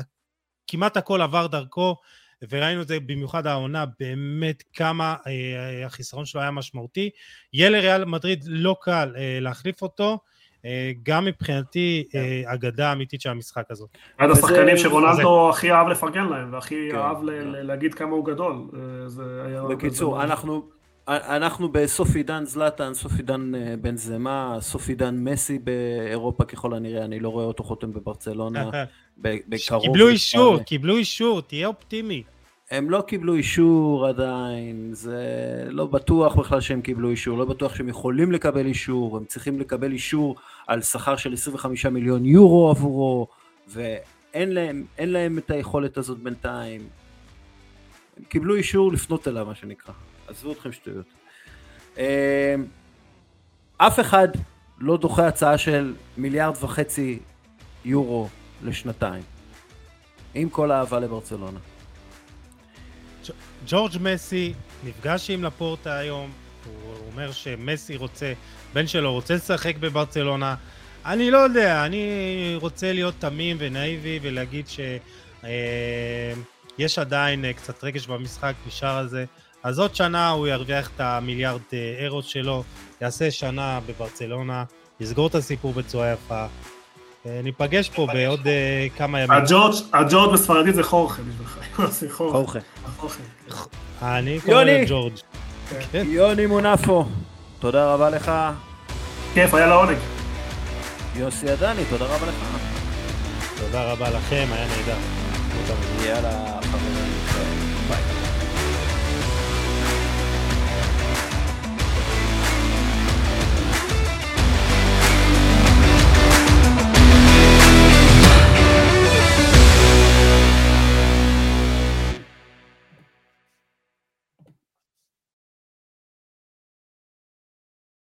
כמעט הכל עבר דרכו, וראינו את זה במיוחד העונה, באמת כמה החיסרון שלו היה משמעותי, יהיה לריאל מדריד לא קל להחליף אותו, גם מבחינתי אגדה אמיתית של המשחק הזאת. אחד השחקנים שרונלדו הכי אהב לפרגן להם, והכי אהב להגיד כמה הוא גדול. בקיצור, אנחנו בסוף עידן זלאטן, סוף עידן בנזמה, סוף עידן מסי באירופה ככל הנראה, אני לא רואה אותו חותם בברצלונה בקרוב. קיבלו אישור, תהיה אופטימי. הם לא קיבלו אישור עדיין, זה לא בטוח בכלל שהם קיבלו אישור, לא בטוח שהם יכולים לקבל אישור, הם צריכים לקבל אישור על שכר של 25 מיליון יורו עבורו, ואין להם את היכולת הזאת בינתיים. הם קיבלו אישור לפנות אליו, מה שנקרא. עזבו אתכם שטויות. אף אחד לא דוחה הצעה של 1.5 מיליארד יורו לשנתיים, עם כל האהבה לברצלונה. ג'ורג' מסי נפגש עם לפורטה היום, הוא אומר שמסי רוצה, בן שלו רוצה לשחק בברצלונה, אני לא יודע, אני רוצה להיות תמים ונאיבי ולהגיד שיש עדיין קצת רגש במשחק, נשאר על זה, אז עוד שנה הוא ירוויח את 1 מיליארד אירו שלו, יעשה שנה בברצלונה, יסגור את הסיפור בצורה יפה, ניפגש פה בעוד כמה ימים. הג'ורג' בספרדית זה חורכה. חורכה. אני קורא לג'ורג'. יוני מונפו, תודה רבה לך. כיף, היה לעונג. יוסי עדני, תודה רבה לך. תודה רבה לכם, היה נהדר. יאללה.